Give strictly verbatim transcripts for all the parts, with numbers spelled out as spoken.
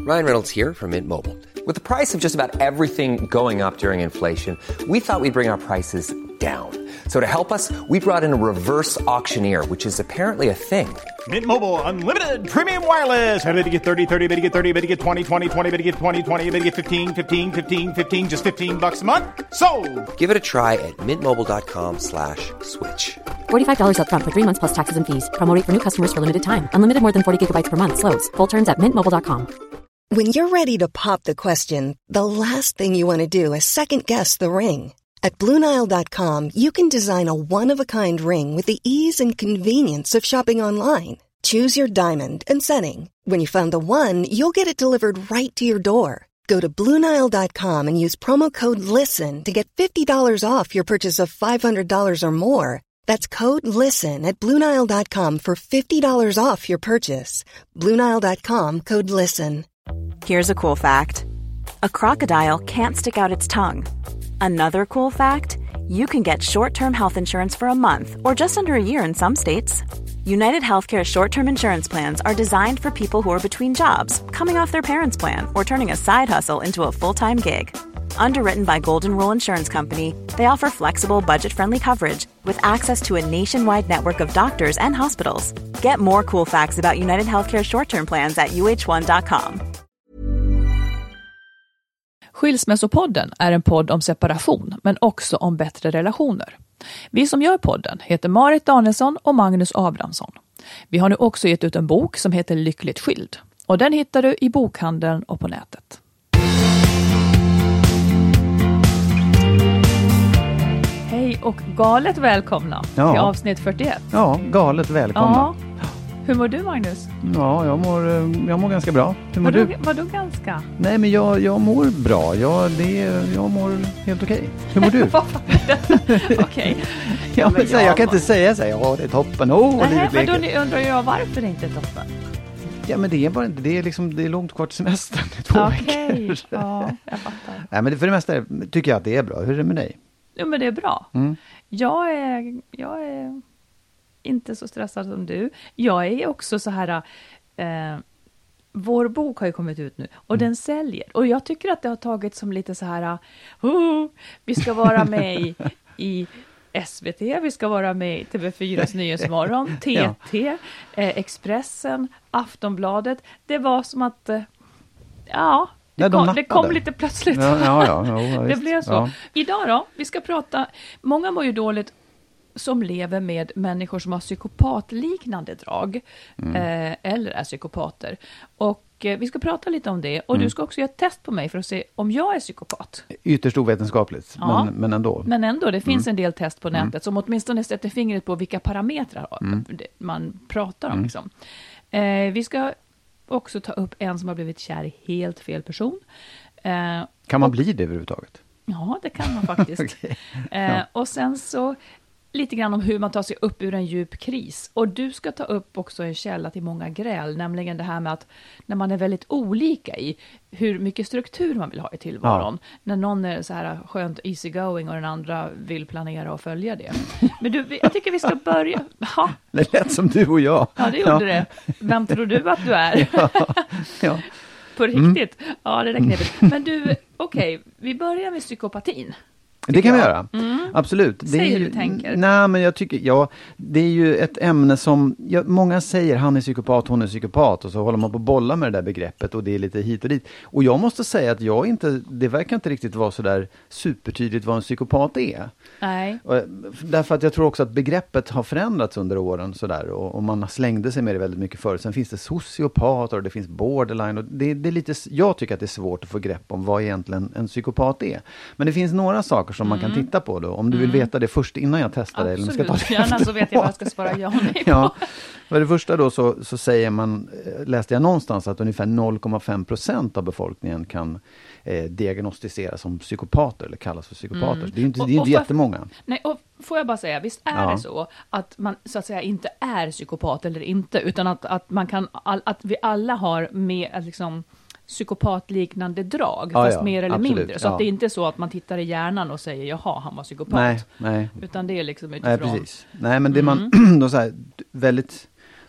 Ryan Reynolds here from Mint Mobile. With the price of just about everything going up during inflation, we thought we'd bring our prices down. So to help us, we brought in a reverse auctioneer, which is apparently a thing. Mint Mobile Unlimited Premium Wireless. How to get thirty, thirty, how to get thirty, how to get twenty, twenty, twenty, how to get twenty, twenty, how to get fifteen, fifteen, fifteen, fifteen, just fifteen bucks a month? Sold! Give it a try at mintmobile.com slash switch. forty-five dollars up front for three months plus taxes and fees. Promo rate for new customers for limited time. Unlimited more than forty gigabytes per month. Slows full terms at mint mobile dot com. When you're ready to pop the question, the last thing you want to do is second-guess the ring. At Blue Nile dot com, you can design a one-of-a-kind ring with the ease and convenience of shopping online. Choose your diamond and setting. When you find the one, you'll get it delivered right to your door. Go to Blue Nile dot com and use promo code LISTEN to get fifty dollars off your purchase of five hundred dollars or more. That's code LISTEN at Blue Nile dot com for fifty dollars off your purchase. Blue Nile dot com, code LISTEN. Here's a cool fact. A crocodile can't stick out its tongue. Another cool fact, you can get short-term health insurance for a month or just under a year in some states. United Healthcare short-term insurance plans are designed for people who are between jobs, coming off their parents' plan, or turning a side hustle into a full-time gig. Underwritten by Golden Rule Insurance Company, they offer flexible, budget-friendly coverage with access to a nationwide network of doctors and hospitals. Get more cool facts about United Healthcare short-term plans at u h one dot com. Skilsmässopodden är en podd om separation, men också om bättre relationer. Vi som gör podden heter Marit Danielsson och Magnus Abrahamsson. Vi har nu också gett ut en bok som heter Lyckligt skild. Och den hittar du i bokhandeln och på nätet. Hej och galet välkomna ja. till avsnitt fyrtioett. Ja, galet välkomna. Ja. Hur mår du, Magnus? Ja, jag mår, jag mår ganska bra. Hur mår vadå, du? Vadå ganska? Nej, men jag, jag mår bra. Jag, det, jag mår helt okej. Okay. Hur mår du? Okej. Okay. Ja, men jag, jag kan inte säga så här, ja det är toppen. Oh, Nej, men då undrar jag varför det inte är toppen. Ja, men det är bara inte, det är liksom, det är långt kvar till semestern. Okej, okay. Ja, jag fattar. Nej, men för det mesta tycker jag att det är bra. Hur är det med dig? Jo, men det är bra. Mm. Jag är, jag är inte så stressad som du. Jag är också så här, eh, vår bok har ju kommit ut nu och mm. den säljer. Och jag tycker att det har tagit som lite så här, oh, vi ska vara med i, i S V T, vi ska vara med i T V fyras Nyhetsmorgon, T T, ja. eh, Expressen, Aftonbladet. Det var som att, eh, ja... Det kom, det kom lite plötsligt. Ja, ja, ja, ja, det blev så. Ja. Idag då, vi ska prata, många mår ju dåligt som lever med människor som har psykopatliknande drag. Mm. Eh, eller är psykopater. Och eh, vi ska prata lite om det. Och mm. du ska också göra ett test på mig för att se om jag är psykopat. Ytterst ovetenskapligt, ja. men, men ändå. Men ändå, det finns mm. en del test på nätet mm. som åtminstone sätter fingret på vilka parametrar mm. man pratar om. Mm. Liksom. Eh, vi ska också ta upp en som har blivit kär i helt fel person. Eh, kan man och, bli det överhuvudtaget? Ja, det kan man faktiskt. okay. eh, ja. Och sen så lite grann om hur man tar sig upp ur en djup kris. Och du ska ta upp också en källa till många gräl, nämligen det här med att när man är väldigt olika i hur mycket struktur man vill ha i tillvaron. Ja. När någon är så här skönt easygoing och den andra vill planera och följa det. Men du, jag tycker vi ska börja. Ha. Det lät som du och jag. Ja, det gjorde ja. det. Vem tror du att du är? ja. ja. På riktigt? Mm. Ja, det är knepigt. Men du, okej, okay, vi börjar med psykopatin. Det kan jag. vi göra, mm. absolut. Det Säg är hur ju, du tänker. Nej, men jag tycker, ja, det är ju ett ämne som, ja, många säger han är psykopat, hon är psykopat och så håller man på att bolla med det där begreppet och det är lite hit och dit. Och jag måste säga att jag inte, det verkar inte riktigt vara så där supertydligt vad en psykopat är. Nej. Och, därför att jag tror också att begreppet har förändrats under åren sådär och, och man slängde sig med det väldigt mycket förr. Sen finns det sociopater och det finns borderline och det, det är lite, jag tycker att det är svårt att få grepp om vad egentligen en psykopat är. Men det finns några saker som mm. man kan titta på då. Om du vill mm. veta det först innan jag testar det. Absolut. Eller ska ta det gärna så vet jag vad jag ska svara ja och nej på. Ja. För det första då så, så säger man, läste jag någonstans att ungefär noll komma fem procent av befolkningen kan eh, diagnostiseras som psykopater eller kallas för psykopater. Mm. Det är ju inte, det är inte jättemånga. Nej, och får jag bara säga, visst är ja. det så att man så att säga inte är psykopat eller inte, utan att, att man kan, all, att vi alla har med liksom psykopatliknande drag, ja, fast ja, mer eller absolut, mindre. Så ja. att det är inte så att man tittar i hjärnan och säger, jaha, han var psykopat. Nej, nej. Utan det är liksom utifrån. Nej, precis. Nej, men det mm. man då så här, väldigt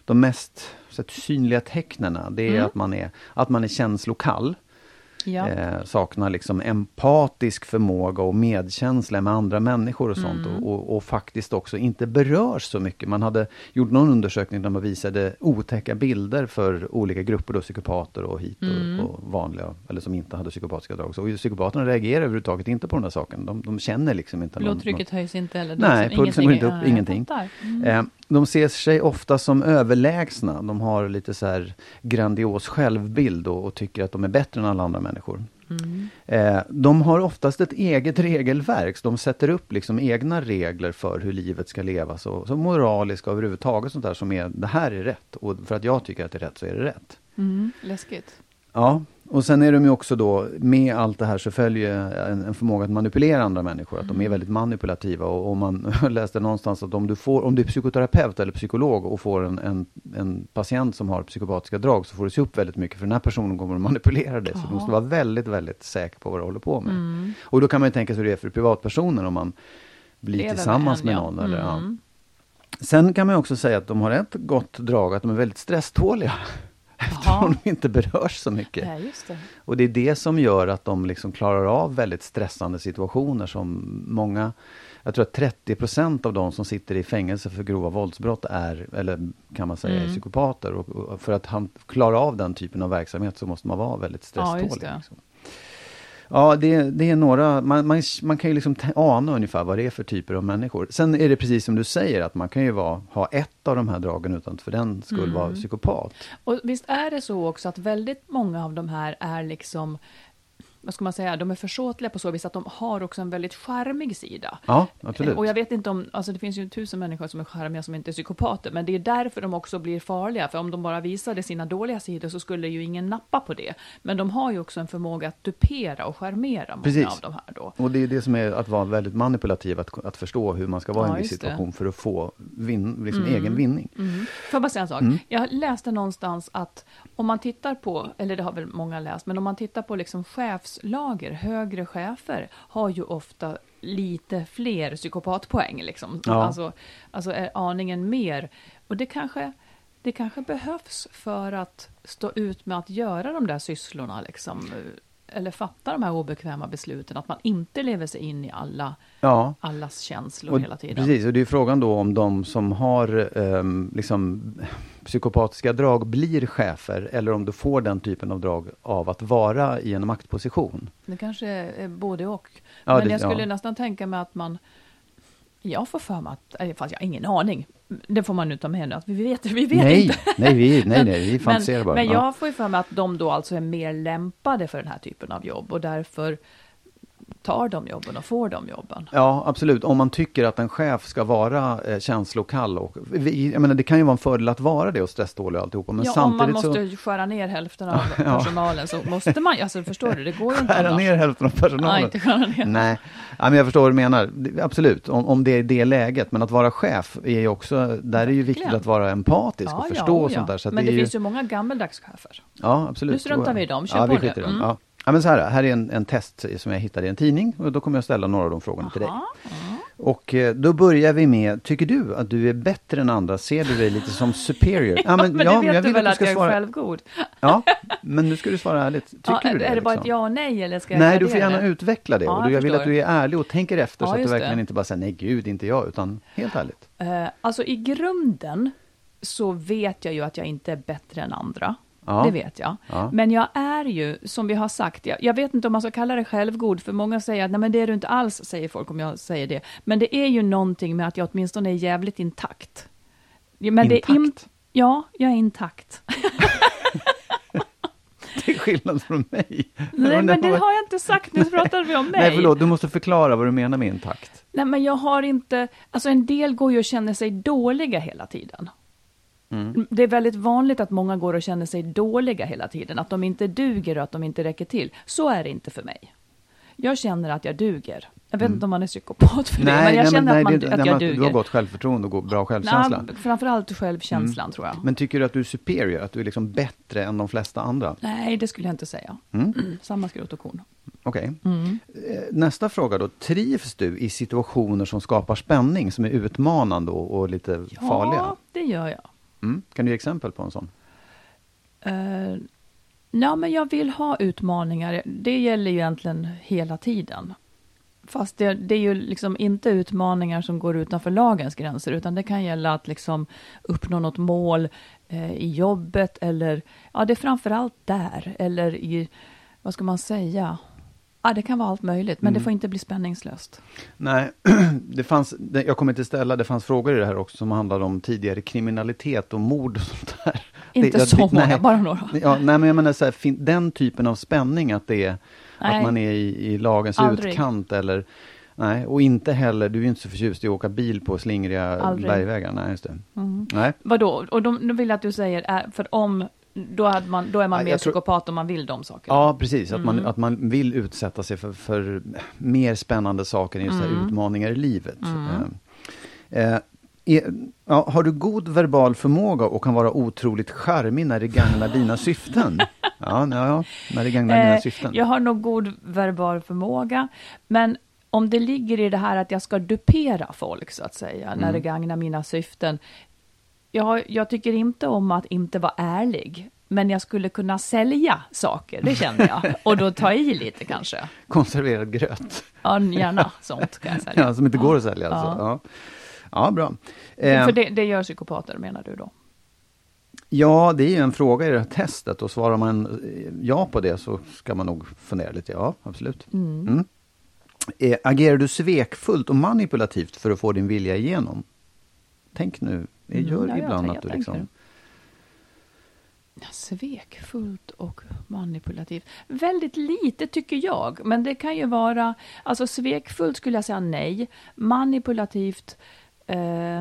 de mest så att, synliga tecknena, det är Mm. att man är, att man är känslokall. Ja. Eh, saknar liksom empatisk förmåga och medkänsla med andra människor och sånt. Mm. Och, och, och faktiskt också inte berörs så mycket. Man hade gjort någon undersökning där man visade otäcka bilder för olika grupper, då, psykopater och hit och, Mm. och vanliga, eller som inte hade psykopatiska drag. Så, och psykopaterna reagerar överhuvudtaget inte på den här saken. De, de känner liksom inte någon... Blodtrycket höjs inte heller. Nej, pulsen går inte upp, Ja, ingenting. jag fattar. Mm. Eh, de ser sig ofta som överlägsna. De har lite så här grandios självbild och, och tycker att de är bättre än alla andra människor. Mm. Eh, de har oftast ett eget regelverk. Så de sätter upp liksom egna regler för hur livet ska levas. Och, så moraliska och överhuvudtaget sånt där som är, det här är rätt. Och för att jag tycker att det är rätt så är det rätt. Mm. Läskigt. Ja, och sen är de ju också då, med allt det här så följer en, en förmåga att manipulera andra människor. Att de är väldigt manipulativa. Och om man läste någonstans att om du, får, om du är psykoterapeut eller psykolog och får en, en, en patient som har psykopatiska drag, så får du se upp väldigt mycket. För den här personen kommer att manipulera dig. Så du måste vara väldigt, väldigt säker på vad du håller på med. Mm. Och då kan man ju tänka sig hur det är för privatpersoner om man blir Lever tillsammans med med, en, någon. ja. Eller, ja. Mm. Sen kan man ju också säga att de har ett gott drag, att de är väldigt stresståliga. Eftersom de inte berörs så mycket. Ja, just det. Och det är det som gör att de liksom klarar av väldigt stressande situationer som många, jag tror att trettio procent av de som sitter i fängelse för grova våldsbrott är, eller kan man säga, Mm. är psykopater. Och, och för att han klara av den typen av verksamhet så måste man vara väldigt stresstålig. Ja, just det. Liksom. Ja, det, det är några, man, man, man kan ju liksom t- ana ungefär vad det är för typer av människor. Sen är det precis som du säger, att man kan ju vara, ha ett av de här dragen utan att för den skulle Mm. vara psykopat. Och visst är det så också att väldigt många av de här är liksom, vad ska man säga, de är försåtliga på så vis att de har också en väldigt charmig sida. Ja, absolut. Och jag vet inte om, alltså det finns ju tusen människor som är charmiga som inte är psykopater, men det är därför de också blir farliga, för om de bara visade sina dåliga sidor så skulle ju ingen nappa på det. Men de har ju också en förmåga att dupera och charmera många Precis. av de här då. Och det är det som är att vara väldigt manipulativ, att, att förstå hur man ska vara i Ja, en viss just det. situation för att få vin, liksom Mm. egen vinning. Mm. Får jag bara säga en sak? Mm. Jag läste någonstans att om man tittar på, eller det har väl många läst, men om man tittar på liksom chefslager, högre chefer har ju ofta lite fler psykopatpoäng liksom. Ja. Alltså, alltså är aningen mer. Och det kanske, det kanske behövs för att stå ut med att göra de där sysslorna liksom. Eller fatta de här obekväma besluten. Att man inte lever sig in i alla, Ja. allas känslor Och, hela tiden. precis, och det är frågan då om de som har um, liksom, psykopatiska drag blir chefer, eller om du får den typen av drag av att vara i en maktposition. Det kanske är både och. Ja, Men det- jag skulle ja. nästan tänka mig att man... Jag får för mig att... eller Fast jag har ingen aning. Det får man nu ta med nu. Att vi vet, vi vet Nej, inte. nej, vi, nej, nej, vi fantiserar men, bara. Men Ja. jag får ju för mig att de då alltså är mer lämpade för den här typen av jobb. Och därför tar de jobben och får de jobben. Ja, absolut. Om man tycker att en chef ska vara eh, känslokall. Och, vi, jag menar, det kan ju vara en fördel att vara det och stressdålig och alltihopa. Men Ja, om samtidigt man måste så... skära ner hälften av personalen så måste man... Alltså förstår du, det går ju inte Skära annars. ner hälften av personalen. Nej, inte skära ner. Nej, ja, men jag förstår vad du menar. Det- Absolut, om, om det är det läget. Men att vara chef är ju också, där är ju viktigt Verkligen. att vara empatisk och förstå och ja. sånt där. Så att Men det, är ju, finns ju många gammeldags chefer. ja, absolut. Nu struntar vi i dem. Kör ja, på vi nu. skiter i dem. Mm. Ja. Ja, men så här, här är en, en test som jag hittade i en tidning. Och då kommer jag ställa några av de frågorna till dig. Aha, Och eh, då börjar vi med, tycker du att du är bättre än andra? Ser du dig lite som superior? Ja, men, det vet jag du vill väl att att du jag ska är svara. självgod. Ja, men nu ska du svara ärligt. Tycker Ja, du det? är det bara ett liksom? ja och nej eller ska jag Nej, du gradera får gärna det? utveckla det. Ja, och jag jag vill förstår. att du är ärlig och tänker efter Ja, så att du just verkligen det. inte bara säger nej gud, inte jag, utan helt ärligt. Eh, alltså i grunden så vet jag ju att jag inte är bättre än andra. Ja. Det vet jag. Ja. Men jag är ju, som vi har sagt, jag, jag vet inte om man ska kalla det självgod, för många säger att nej men det är du inte alls, säger folk om jag säger det. Men det är ju någonting med att jag åtminstone är jävligt intakt. Ja, men Det är in, Intakt? ja, jag är intakt. Det är skillnad från mig. Nej, men det har jag inte sagt, nu pratar vi om mig. Nej, förlåt, du måste förklara vad du menar med intakt. Nej, men jag har inte... Alltså en del går ju och känner sig dåliga hela tiden. Mm. Det är väldigt vanligt att många går och känner sig dåliga hela tiden. Att de inte duger och att de inte räcker till. Så är det inte för mig. Jag känner att jag duger. Jag vet Mm. inte om man är psykopat för det, Nej, men jag nej, känner men, att, man, nej, det, att nej, jag man- duger. Du har gott självförtroende och go- bra självkänsla. Nej, framförallt självkänslan tror jag. Men tycker du att du är superior? Att du är liksom bättre än de flesta andra? Nej, det skulle jag inte säga. Mm. Samma skrot och korn. Okej. Mm. Eh, Nästa fråga då. Trivs du i situationer som skapar spänning, som är utmanande och, och lite Ja, farliga? det gör jag. Mm. Kan du ge exempel på en sån? Uh, ja, men jag vill ha utmaningar. Det gäller ju egentligen hela tiden. Fast det, det är ju liksom inte utmaningar som går utanför lagens gränser, utan det kan gälla att liksom uppnå något mål eh, i jobbet, eller ja, det är framförallt där, eller i, vad ska man säga? Ja, det kan vara allt möjligt, men mm. det får inte bli spänningslöst. Nej, det fanns, det, jag kommer inte ställa, det fanns frågor i det här också som handlade om tidigare kriminalitet och mord och sånt där. Inte det, så jag, många, nej, bara några. Ja, nej, men jag menar så här, fin, den typen av spänning, att det är nej. Att man är i, i lagens Aldrig. utkant, eller nej, och inte heller, du är inte så förtjust i att åka bil på slingriga Aldrig. bergvägar. Nej, just det. Mm. Nej. Vadå? Och de, de vill att du säger, är, för om Då, hade man, då är man Ja, mer tror, psykopat om man vill de sakerna. Ja, precis. Att, mm. man, att man vill utsätta sig för, för mer spännande saker, just mm. här utmaningar i livet. Mm. Eh, eh, ja, har du god verbal förmåga och kan vara otroligt charmig när det gagnar dina syften? Ja, ja, när det gagnar dina eh, syften. Jag har nog god verbal förmåga, men om det ligger i det här att jag ska dupera folk, så att säga, mm. när det gagnar mina syften. Jag, jag tycker inte om att inte vara ärlig, men jag skulle kunna sälja saker, det känner jag. Och då ta i lite kanske. Konserverad gröt. Ja, gärna sånt kan jag sälja. Ja, som inte går att sälja alltså. Ja, ja bra. Eh, För det, det gör psykopater, menar du då? Ja, det är ju en fråga i det här testet, och svarar man ja på det så ska man nog fundera lite. Ja, absolut. Mm. Mm. Eh, agerar du svekfullt och manipulativt för att få din vilja igenom? Tänk nu. Det gör mm, ja, ibland att du liksom... Ja, svekfullt och manipulativt. Väldigt lite tycker jag. Men det kan ju vara... Alltså svekfullt skulle jag säga nej. Manipulativt... Eh,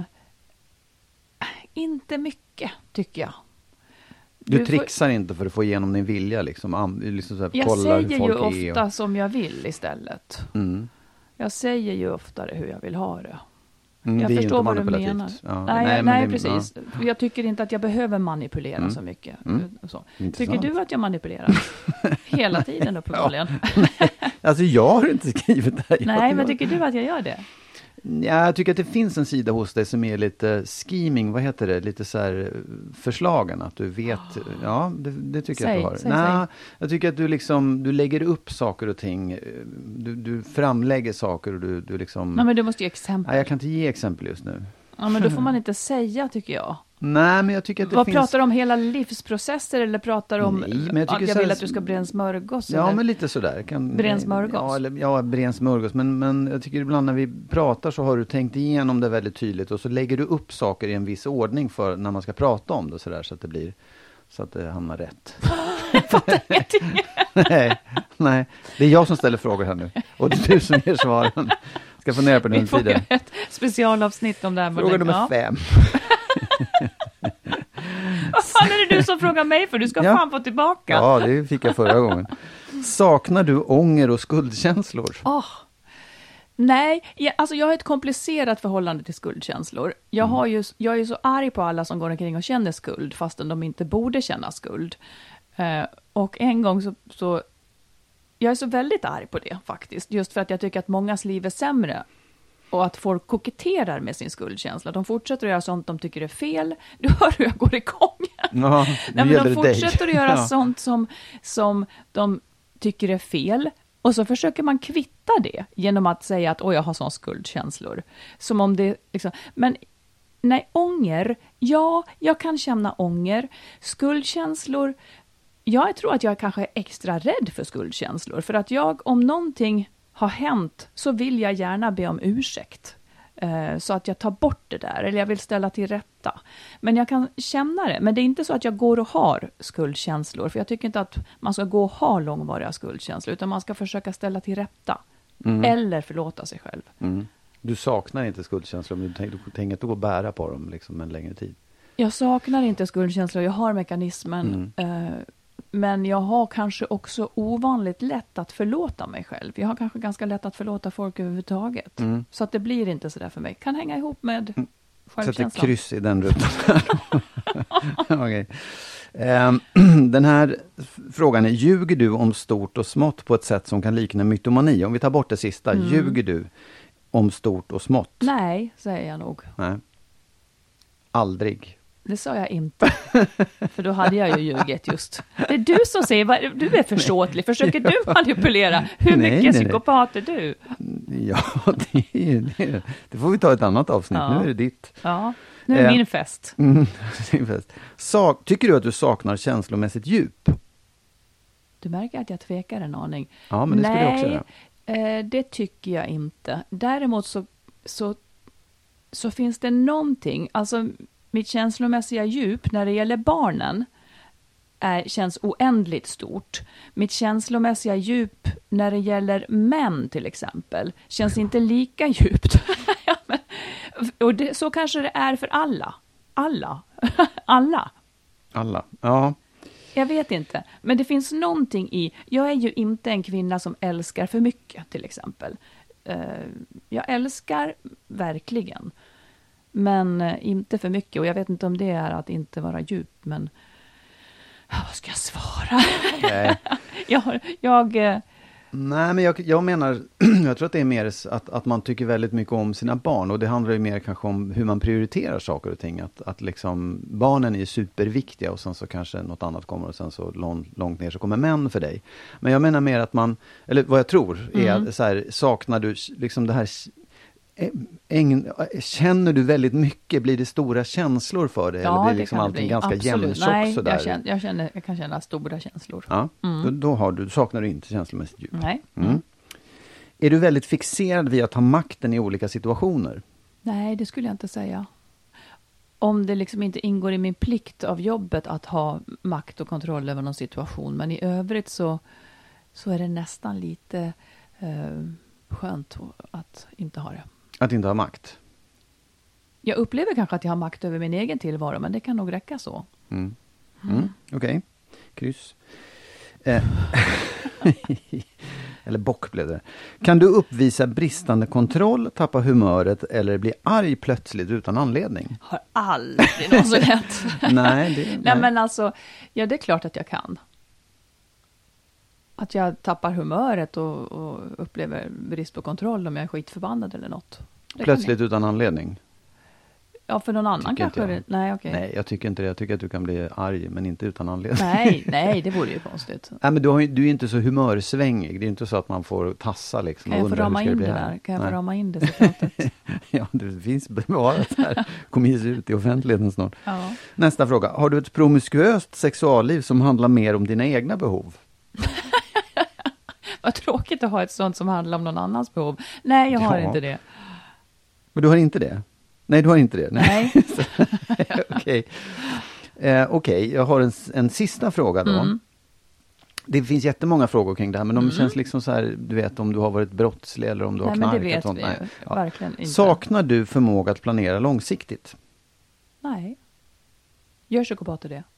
inte mycket, tycker jag. Du, du trixar får, inte för att få igenom din vilja liksom. liksom så här, jag kolla säger hur folk ju ofta och... som jag vill istället. Mm. Jag säger ju oftare hur jag vill ha det. Mm, jag det förstår vad du menar. Ja, nej, nej, nej det, precis. Ja. Jag tycker inte att jag behöver manipulera mm. så mycket. Mm. Så. Tycker du att jag manipulerar? Hela tiden uppenbarligen. Ja. Alltså jag har inte skrivit det här. Nej, men tycker du att jag gör det? Ja, jag tycker att det finns en sida hos dig som är lite scheming, vad heter det? Lite så här förslagen, att du vet, oh. ja, det, det tycker säg, jag att du har. Säg, Nej, säg. Jag tycker att du liksom, du lägger upp saker och ting, du, du framlägger saker och du, du liksom... Nej, men du måste ge exempel. Nej, jag kan inte ge exempel just nu. Ja, men då får man inte säga, tycker jag. Nej, men jag tycker att det Vad finns... pratar du om, hela livsprocesser, eller pratar om Nej, men jag, att jag så vill här... att du ska bränna smörgås? Ja, eller? men lite sådär. Kan... Bränna smörgås? Ja, eller, ja bränna smörgås. Men, men jag tycker ibland när vi pratar så har du tänkt igenom det väldigt tydligt, och så lägger du upp saker i en viss ordning för när man ska prata om det, så där, så att det blir, så att det hamnar rätt. Jag fattar ingenting. nej, nej, det är jag som ställer frågor här nu, och det är du som ger svaren. Ska få ner på den tiden. Vi får ett specialavsnitt om det här. Fråga nummer ja. fem. Vad fan är det du som frågar mig för? Du ska ja. fan få tillbaka. Ja, det fick jag förra gången. Saknar du ånger och skuldkänslor? Oh. Nej, jag, alltså jag har ett komplicerat förhållande till skuldkänslor. Jag, mm. har ju, jag är ju så arg på alla som går omkring och känner skuld, fastän de inte borde känna skuld. Uh, och en gång så, så... Jag är så väldigt arg på det faktiskt. Just för att jag tycker att mångas liv är sämre. Och att folk koketterar med sin skuldkänsla. De fortsätter att göra sånt de tycker är fel. Du hör hur jag går igång. Ja, Nej, men de fortsätter dig. att göra ja. sånt som, som de tycker är fel. Och så försöker man kvitta det genom att säga att åh, jag har sån skuldkänslor. Som om det liksom... Men nej, ånger. Ja, jag kan känna ånger. Skuldkänslor... Jag tror att jag kanske är extra rädd för skuldkänslor. För att jag, om någonting har hänt, så vill jag gärna be om ursäkt. Eh, så att jag tar bort det där. Eller jag vill ställa till rätta. Men jag kan känna det. Men det är inte så att jag går och har skuldkänslor. För jag tycker inte att man ska gå och ha långvariga skuldkänslor. Utan man ska försöka ställa till rätta. Mm. Eller förlåta sig själv. Mm. Du saknar inte skuldkänslor, men du tänker inte gå och bära på dem liksom en längre tid. Jag saknar inte skuldkänslor. Jag har mekanismen. Mm. Eh, Men jag har kanske också ovanligt lätt att förlåta mig själv. Jag har kanske ganska lätt att förlåta folk överhuvudtaget. Mm. Så att det blir inte så där för mig. Kan hänga ihop med mm. självkänslan. Sätter kryss i den rutan. okay. um, den här frågan är: ljuger du om stort och smått på ett sätt som kan likna mytomani? Om vi tar bort det sista. Mm. Ljuger du om stort och smått? Nej, säger jag nog. Nej. Aldrig. Det sa jag inte. För då hade jag ju ljugit just. Det är du som säger, vad, du är försåtlig. Försöker du manipulera? Hur Nej, mycket nej, nej. psykopat är du? Ja, det, är, det, det får vi ta ett annat avsnitt. Ja. Nu är det ditt. Ja, nu är det Eh. min fest. Mm, din fest. Sak, tycker du att du saknar känslomässigt djup? Du märker att jag tvekar en aning. Ja, men det skulle jag också Nej, göra. eh, det tycker jag inte. Däremot så, så, så finns det någonting, alltså mitt känslomässiga djup när det gäller barnen är, känns oändligt stort. Mitt känslomässiga djup när det gäller män till exempel känns inte lika djupt. Ja, men, och det, så kanske det är för alla. Alla. alla. Alla, ja. Jag vet inte, men det finns någonting i, jag är ju inte en kvinna som älskar för mycket till exempel. Uh, jag älskar verkligen, men uh, inte för mycket, och jag vet inte om det är att inte vara djup, men uh, vad ska jag svara? Nej. jag, jag uh, Nej, men jag, jag menar, jag tror att det är mer att, att man tycker väldigt mycket om sina barn, och det handlar ju mer kanske om hur man prioriterar saker och ting, att, att liksom barnen är superviktiga och sen så kanske något annat kommer och sen så lång, långt ner så kommer män för dig. Men jag menar mer att man, eller vad jag tror är Mm. så här, saknar du liksom det här, ägn, känner du väldigt mycket, blir det stora känslor för dig, ja, eller blir det liksom kan allting bli. ganska Absolut. jämntjockt Nej, sådär? jag, känner, jag, känner, jag kan känna stora känslor. Ja, Mm. då, då har du, saknar du inte känslomässigt djup. Nej. Mm. Är du väldigt fixerad vid att ha makten i olika situationer? Nej, det skulle jag inte säga. Om det liksom inte ingår i min plikt av jobbet att ha makt och kontroll över någon situation. Men i övrigt så, så är det nästan lite eh, skönt att inte ha det. Att inte ha makt? Jag upplever kanske att jag har makt över min egen tillvaro, men det kan nog räcka så. Mm. Mm. Okej, okay. Kryss. Eh. Eller bock blev det. Kan du uppvisa bristande kontroll, tappa humöret eller bli arg plötsligt utan anledning? Har aldrig någon så lätt. nej, det, nej. nej, men alltså, ja, det är klart att jag kan. Att jag tappar humöret och, och upplever brist på kontroll om jag är skitförbannad eller något. Det plötsligt utan anledning? Ja, för någon annan tycker kanske. Det, nej, okej. Nej, jag tycker inte det. Jag tycker att du kan bli arg, men inte utan anledning. Nej, nej, det vore ju konstigt. Nej, men du, har ju, du är inte så humörsvängig. Det är inte så att man får tassa liksom. Kan jag få undra, rama hur ska in det det bli här? där? Kan jag Nej. få rama in det citatet? Ja, det finns bevarat här. Kommer ju ut i offentligheten snart. Ja. Nästa fråga. Har du ett promiskuöst sexualliv som handlar mer om dina egna behov? Vad tråkigt att ha ett sånt som handlar om någon annans behov. Nej, jag har Ja. inte det. Men du har inte det? Nej, du har inte det? Nej. Okej, eh, okay. Jag har en, en sista fråga då. Mm. Det finns jättemånga frågor kring det här, men de Mm. känns liksom så här, du vet om du har varit brottslig eller om du har Nej, men knarkat. det vet sånt. vi ju. Nej. Ja. Verkligen inte. Saknar du förmåga att planera långsiktigt? Nej. Gör psykopater det?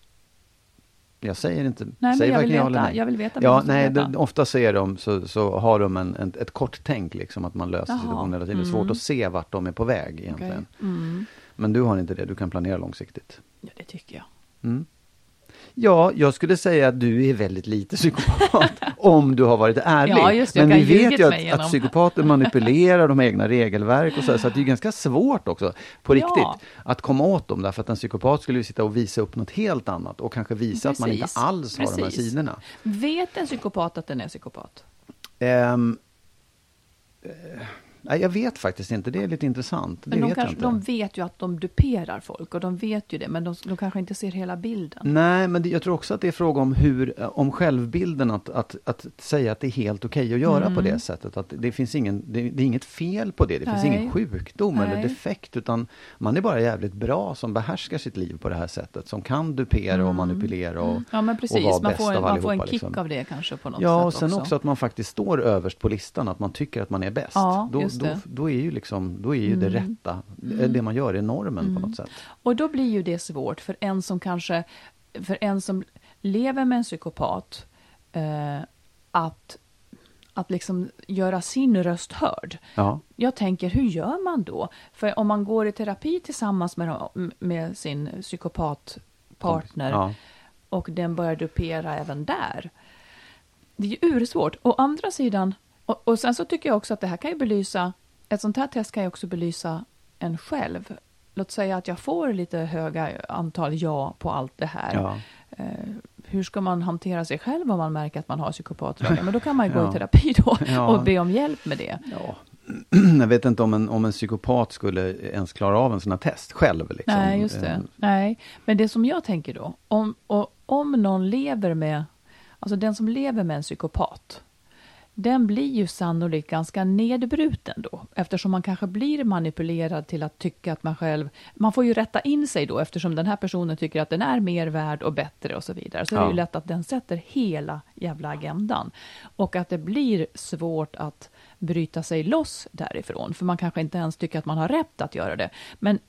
Jag säger inte, men säger jag varken vill ja veta. eller nej. Jag vill veta, Ja, jag måste nej, veta. det, ofta ser de så, så har de en, en, ett kort tänk liksom, att man löser Jaha. situationen hela tiden. Det är Mm. svårt att se vart de är på väg egentligen. Okej. Mm. Men du har inte det, du kan planera långsiktigt. Ja, det tycker jag. Mm. Ja, jag skulle säga att du är väldigt lite psykopat om du har varit ärlig. Ja, just det, jag men kan vi ljugit vet ju mig att, igenom. att psykopater manipulerar de egna regelverk och så, här, så att det är ganska svårt också, på Ja. riktigt, att komma åt dem. Därför att en psykopat skulle ju sitta och visa upp något helt annat och kanske visa att man inte Precis. alls har de här Precis. sidorna. Vet en psykopat att den är psykopat? Ehm, eh, nej, jag vet faktiskt inte. Det är lite intressant. Det Men de, vet jag kanske, inte. de vet ju att de duperar folk och de vet ju det, men de, de kanske inte ser hela bilden. Nej, men det, jag tror också att det är fråga om hur, om självbilden, att, att, att säga att det är helt okej att göra Mm. på det sättet. Att det finns ingen, det, det är inget fel på det. Det finns Nej. ingen sjukdom Nej. eller defekt, utan man är bara jävligt bra som behärskar sitt liv på det här sättet. Som kan dupera och manipulera och, Ja, men och precis. vara Man bäst får, en, av man får en allihopa, kick liksom. av det kanske på något Ja, sätt och sen också. också att man faktiskt står överst på listan, att man tycker att man är bäst. Ja, då, just då, det. då är ju, liksom, då är ju det rätta, det man gör är normen på något sätt. Och då blir ju det svårt för en som kanske, för en som lever med en psykopat, eh, att, att liksom göra sin röst hörd. Ja. Jag tänker, hur gör man då? För om man går i terapi tillsammans med, med sin psykopatpartner Ja. och den börjar dupera även där. Det är ju ursvårt. Å andra sidan, och, och sen så tycker jag också att det här kan ju belysa, ett sånt här test kan ju också belysa en själv. låt säga att jag får lite höga antal ja på allt det här. Ja. Eh, hur ska man hantera sig själv om man märker att man har psykopatdrag? Men då kan man ju gå Ja. i terapi då Ja. och be om hjälp med det. Ja. Jag vet inte om en, om en psykopat skulle ens klara av en sån här test själv. Liksom. Nej, just det. Eh, Nej, men det som jag tänker då, om, och, om någon lever med, alltså den som lever med en psykopat, den blir ju sannolikt ganska nedbruten då, eftersom man kanske blir manipulerad till att tycka att man själv, man får ju rätta in sig då, eftersom den här personen tycker att den är mer värd och bättre och så vidare. Så Ja. är det ju lätt att den sätter hela jävla agendan. Och att det blir svårt att bryta sig loss därifrån, för man kanske inte ens tycker att man har rätt att göra det. Men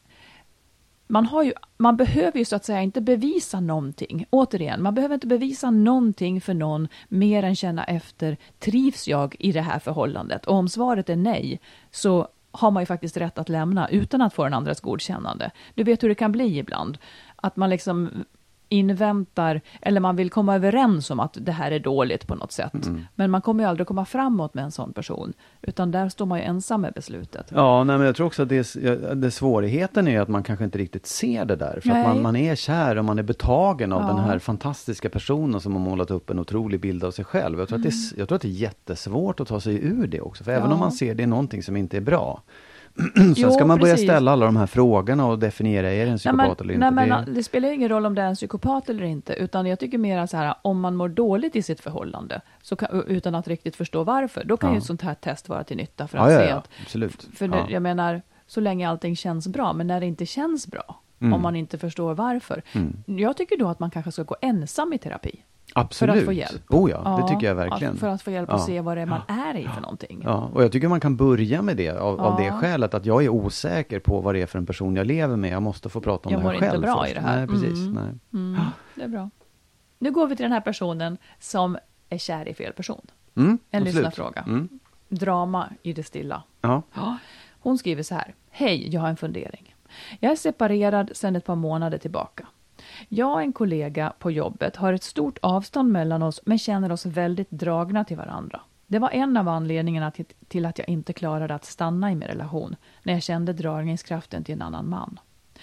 man, har ju, man behöver ju så att säga inte bevisa någonting. Återigen, man behöver inte bevisa någonting för någon mer än känna efter, trivs jag i det här förhållandet? Och om svaret är nej, så har man ju faktiskt rätt att lämna utan att få den andras godkännande. Du vet hur det kan bli ibland. Att man liksom inväntar, eller man vill komma överens om att det här är dåligt på något sätt. Mm. Men man kommer ju aldrig komma framåt med en sån person. Utan där står man ju ensam med beslutet. Ja, nej, men jag tror också att det, är, det svårigheten är att man kanske inte riktigt ser det där. För Nej. att man, man är kär och man är betagen av Ja. den här fantastiska personen som har målat upp en otrolig bild av sig själv. Jag tror, att, det är, jag tror att det är jättesvårt att ta sig ur det också. För även Ja. om man ser det är någonting som inte är bra. Sen Jo, ska man börja precis. ställa alla de här frågorna och definiera, är det en psykopat eller nej, inte? men, det... det spelar ingen roll om det är en psykopat eller inte, utan jag tycker mer så här, om man mår dåligt i sitt förhållande så kan, utan att riktigt förstå varför, då kan Ja. ju ett sånt här test vara till nytta för Ja, att ja, se ja, att, absolut. för Ja. det, jag menar, så länge allting känns bra, men när det inte känns bra, Mm. om man inte förstår varför, Mm. jag tycker då att man kanske ska gå ensam i terapi. Absolut. För att få hjälp. Oh ja, det tycker jag verkligen. För att få hjälp att Ja. se vad det är man är i för någonting. Ja, och jag tycker man kan börja med det av, av det Ja. skälet att jag är osäker på vad det är för en person jag lever med. Jag måste få prata om Jag det här mår själv inte bra först. i det här. Nej, precis. Mm. Nej. Mm, det är bra. Nu går vi till den här personen som är kär i fel person. Mm, En absolut. lyssnarfråga. Mm. Drama i det stilla. Ja. Ja, hon skriver så här. Hej, jag har en fundering. Jag är separerad sedan ett par månader tillbaka. Jag och en kollega på jobbet har ett stort avstånd mellan oss men känner oss väldigt dragna till varandra. Det var en av anledningarna till, till att jag inte klarade att stanna i min relation när jag kände dragningskraften till en annan man.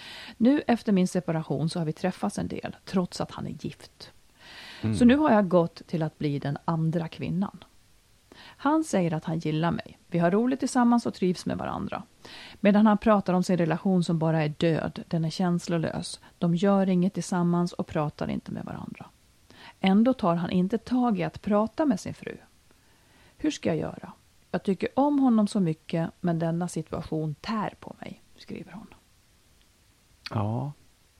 Nu efter min separation så har vi träffats en del trots att han är gift. Så nu har jag gått till att bli den andra kvinnan. Han säger att han gillar mig. Vi har roligt tillsammans och trivs med varandra. Medan han pratar om sin relation som bara är död. Den är känslolös. De gör inget tillsammans och pratar inte med varandra. Ändå tar han inte tag i att prata med sin fru. Hur ska jag göra? Jag tycker om honom så mycket, men denna situation tär på mig, skriver hon. Ja.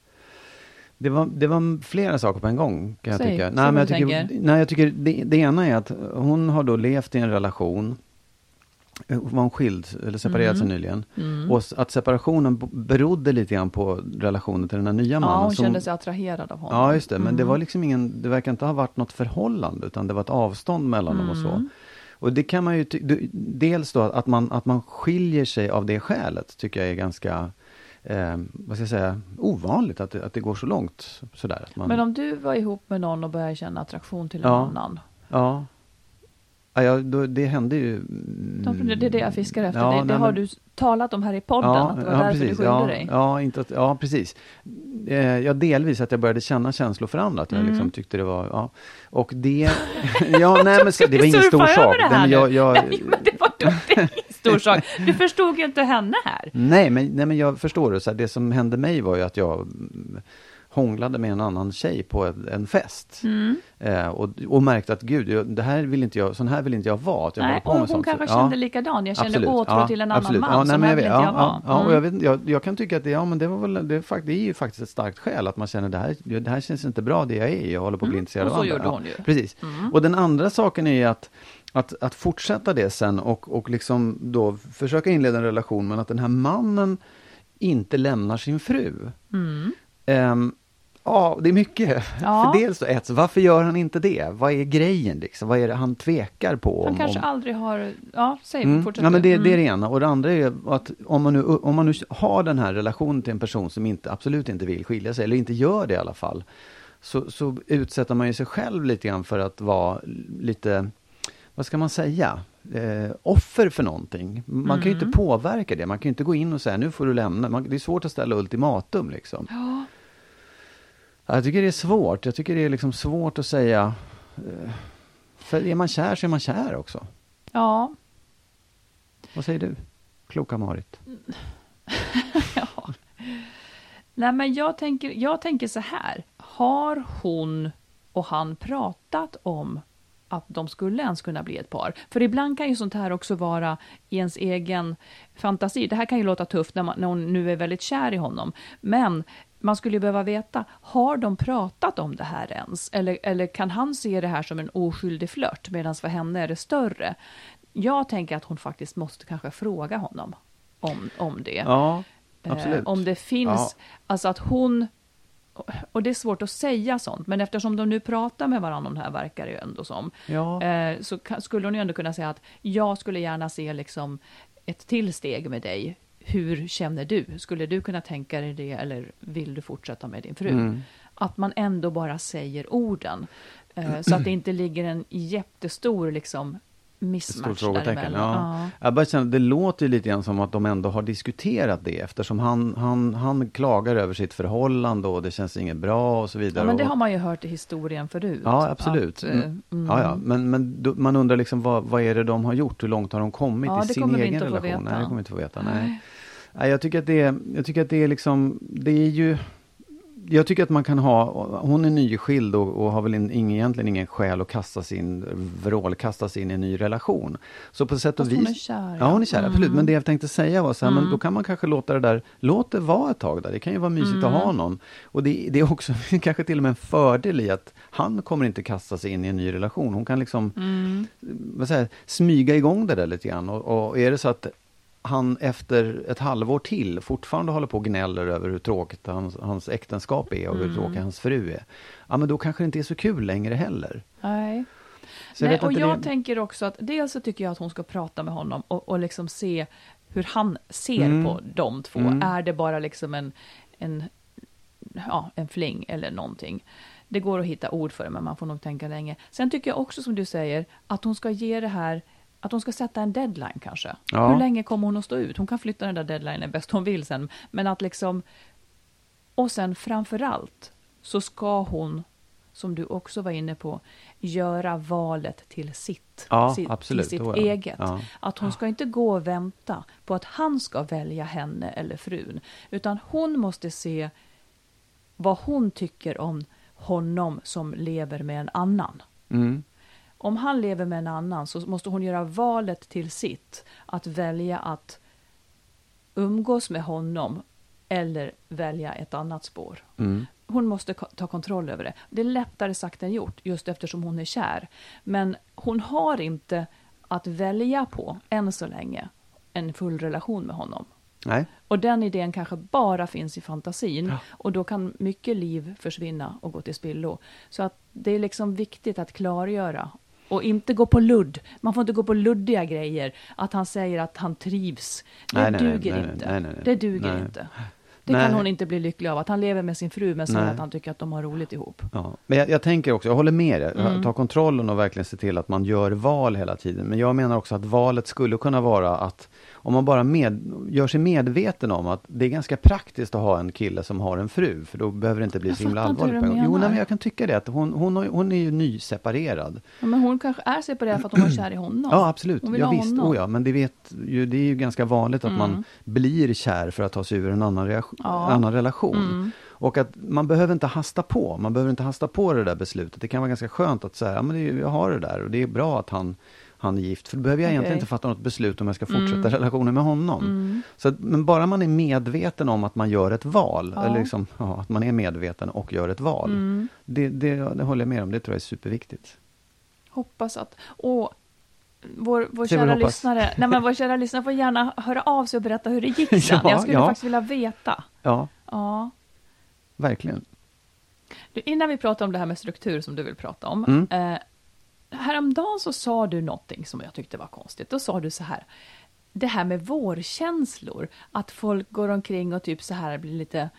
Det var, det var flera saker på en gång, kan jag Säg, tycka. så Nej, men vad jag du tycker, tänker. nej, jag tycker det, det ena är att hon har då levt i en relation. Hon var skild, eller separerad Mm. sig nyligen. Och s- att separationen b- berodde lite grann på relationen till den här nya mannen. Ja, hon som- kände sig attraherad av honom. Ja, just det. Men det var liksom ingen, det verkar inte ha varit något förhållande, utan det var ett avstånd mellan dem och så. Och det kan man ju, ty- du- dels då att man, att man skiljer sig av det skälet, tycker jag är ganska, eh, vad ska jag säga, ovanligt att det, att det går så långt sådär. Att man, Men om du var ihop med någon och började känna attraktion till en Ja. annan. Ja. Ja, ja då, det hände ju... Ja, för Det är det jag fiskar efter. Ja, det det nej, har men- du s- talat om här i podden. Ja, att det var ja, därför precis. du skilde Ja, dig. ja, inte att, ja, precis. Eh, ja, delvis att jag började känna känslor för andra. Att jag Mm. liksom tyckte det var... Ja. Och det... ja, nej, men så, det var ingen Surfa stor över sak. det här Nej, men jag, nu. jag, Nej, men det var då, det är ingen stor sak. Du förstod ju inte henne här. nej, men, nej, men jag förstår det. Så här, det som hände mig var ju att jag mm, hånglade med en annan tjej på en, en fest. Mm. Eh, och, och märkte att gud, jag, det här vill inte jag, sån här vill inte jag vara. Att jag Nej, håller på och med hon sånt. kanske Så- kände ja. likadan. Jag kände Absolut. åtrå Ja, till en annan absolut. man. Ja, nej, som men här jag, vill vet, inte ja, jag vara. ja, ja, och Mm. jag, vet, jag, jag kan tycka att det, ja, men det, var väl, det, fakt- det är ju faktiskt ett starkt skäl att man känner det här, det här känns inte bra det jag är i. Jag håller på att bli intresserad och av så andra. gjorde Ja, hon ju. Precis. Och den andra saken är ju att, att, att fortsätta det sen och, och liksom då försöka inleda en relation, men att den här mannen inte lämnar sin fru. Mm. Ehm, ja, det är mycket. Ja. För dels då ett, så varför gör han inte det? Vad är grejen liksom? Vad är det han tvekar på? Han om, kanske om... aldrig har... Ja, säg, Mm. fortsätt. Ja, men det, Mm. det är det ena. Och det andra är att om man, nu, om man nu har den här relationen till en person som inte, absolut inte vill skilja sig, eller inte gör det i alla fall, så, så utsätter man ju sig själv lite grann för att vara lite, vad ska man säga? eh, offer för någonting. Man mm. kan ju inte påverka det. Man kan ju inte gå in och säga, nu får du lämna. Man, det är svårt att ställa ultimatum liksom. Ja. Jag tycker det är svårt. Jag tycker det är liksom svårt att säga. Eh, för är man kär så är man kär också. Ja. Vad säger du? Kloka Marit. Ja. Nej, men jag tänker, jag tänker så här. Har hon och han pratat om att de skulle ens kunna bli ett par? För ibland kan ju sånt här också vara i ens egen fantasi. Det här kan ju låta tufft när, man, när hon nu är väldigt kär i honom. Men man skulle ju behöva veta, har de pratat om det här ens? Eller, eller kan han se det här som en oskyldig flört medan för henne är det större? Jag tänker att hon faktiskt måste kanske fråga honom om, om det. Ja, absolut. Eh, om det finns, ja. Alltså att hon, och det är svårt att säga sånt, men eftersom de nu pratar med varandra om det här, verkar det ju ändå som, ja. eh, så ka, skulle hon ju ändå kunna säga att jag skulle gärna se liksom ett tillsteg med dig. Hur känner du? Skulle du kunna tänka dig det, eller vill du fortsätta med din fru? Mm. Att man ändå bara säger orden. Eh, så att det inte ligger en jättestor liksom missmatch däremellan. Ja. Ja. Jag bara känner, det låter ju lite grann som att de ändå har diskuterat det, eftersom han, han, han klagar över sitt förhållande och det känns inget bra och så vidare. Ja, men det och, har man ju hört i historien förut. Ja, absolut. Att, mm. Mm. Ja, ja. Men, men då, man undrar liksom vad, vad är det de har gjort? Hur långt har de kommit ja, i sin egen relation? Nej, det kommer vi inte få veta. Nej. Nej. Nej, jag tycker att det är, jag tycker att det är liksom, det är ju, jag tycker att man kan ha, hon är nyskild och, och har väl in, ing, egentligen ingen skäl att kasta sin vrål, kasta sig in i en ny relation. Så på sätt och vis. Hon är kär. Ja, hon är kär, mm. absolut. Men det jag tänkte säga var så här, mm. men då kan man kanske låta det där, låt det vara ett tag där. Det kan ju vara mysigt mm. att ha någon. Och det, det är också kanske till och med en fördel i att han kommer inte kasta sig in i en ny relation. Hon kan liksom, mm. vad säger, smyga igång det där lite grann. Och, och är det så att han efter ett halvår till fortfarande håller på och gnäller över hur tråkigt hans, hans äktenskap är och hur mm. tråkig hans fru är. Ja, men då kanske det inte är så kul längre heller. Nej. Så jag Nej, och jag det... tänker också att dels så tycker jag att hon ska prata med honom och, och liksom se hur han ser mm. på de två. Mm. Är det bara liksom en, en, ja, en fling eller någonting? Det går att hitta ord för det, men man får nog tänka länge. Sen tycker jag också, som du säger, att hon ska ge det här, att hon ska sätta en deadline kanske. Ja. Hur länge kommer hon att stå ut? Hon kan flytta den där deadlinen bäst hon vill sen. Men att liksom, och sen framförallt så ska hon, som du också var inne på, göra valet till sitt. Ja, sitt absolut. till sitt ja. eget. Ja. Att hon ska inte gå och vänta på att han ska välja henne eller frun. Utan hon måste se vad hon tycker om honom som lever med en annan. Mm. Om han lever med en annan så måste hon göra valet till sitt. Att välja att umgås med honom eller välja ett annat spår. Mm. Hon måste ta kontroll över det. Det är lättare sagt än gjort, just eftersom hon är kär. Men hon har inte att välja på, än så länge, en full relation med honom. Nej. Och den idén kanske bara finns i fantasin. Ja. Och då kan mycket liv försvinna och gå till spillo. Så att det är liksom viktigt att klargöra. Och inte gå på ludd. Man får inte gå på luddiga grejer. Att han säger att han trivs. Det nej, nej, duger nej, inte. Nej, nej, nej. Det duger nej. inte. Det nej. kan hon inte bli lycklig av. Att han lever med sin fru men säger nej. att han tycker att de har roligt ihop. Ja. Men jag, jag tänker också, jag håller med dig. Mm. Ta kontrollen och verkligen se till att man gör val hela tiden. Men jag menar också att valet skulle kunna vara att om man bara med, gör sig medveten om att det är ganska praktiskt att ha en kille som har en fru. För då behöver det inte bli jag så himla allvarligt. allvarligt. Jo, nej, men jag kan tycka det. Att hon, hon, har, hon är ju nyseparerad. Ja, men hon kanske är separerad för att hon var kär i honom. Ja, absolut. Hon vill ja, ha visst. honom. Oh, ja. Men det, vet ju, det är ju ganska vanligt att mm. man blir kär för att ta sig ur en annan, rea- ja. annan relation. Mm. Och att man behöver inte hasta på. Man behöver inte hasta på det där beslutet. Det kan vara ganska skönt att säga, ja, men det, jag har det där. Och det är bra att han, han är gift. För då behöver jag okay. egentligen inte fatta något beslut om jag ska fortsätta mm. relationen med honom. Mm. Så att, men bara man är medveten om att man gör ett val. Ja. Eller liksom, ja, att man är medveten och gör ett val. Mm. Det, det, det håller jag med om. Det tror jag är superviktigt. Hoppas att... Och vår, vår kära lyssnare... Nej, men vår kära lyssnare får gärna höra av sig och berätta hur det gick sen. ja, jag skulle ja. faktiskt vilja veta. Ja. Ja. Verkligen. Du, innan vi pratar om det här med struktur som du vill prata om. Mm. Eh, häromdagen så sa du någonting som jag tyckte var konstigt. Då sa du så här. Det här med vårkänslor. Att folk går omkring och typ så här blir lite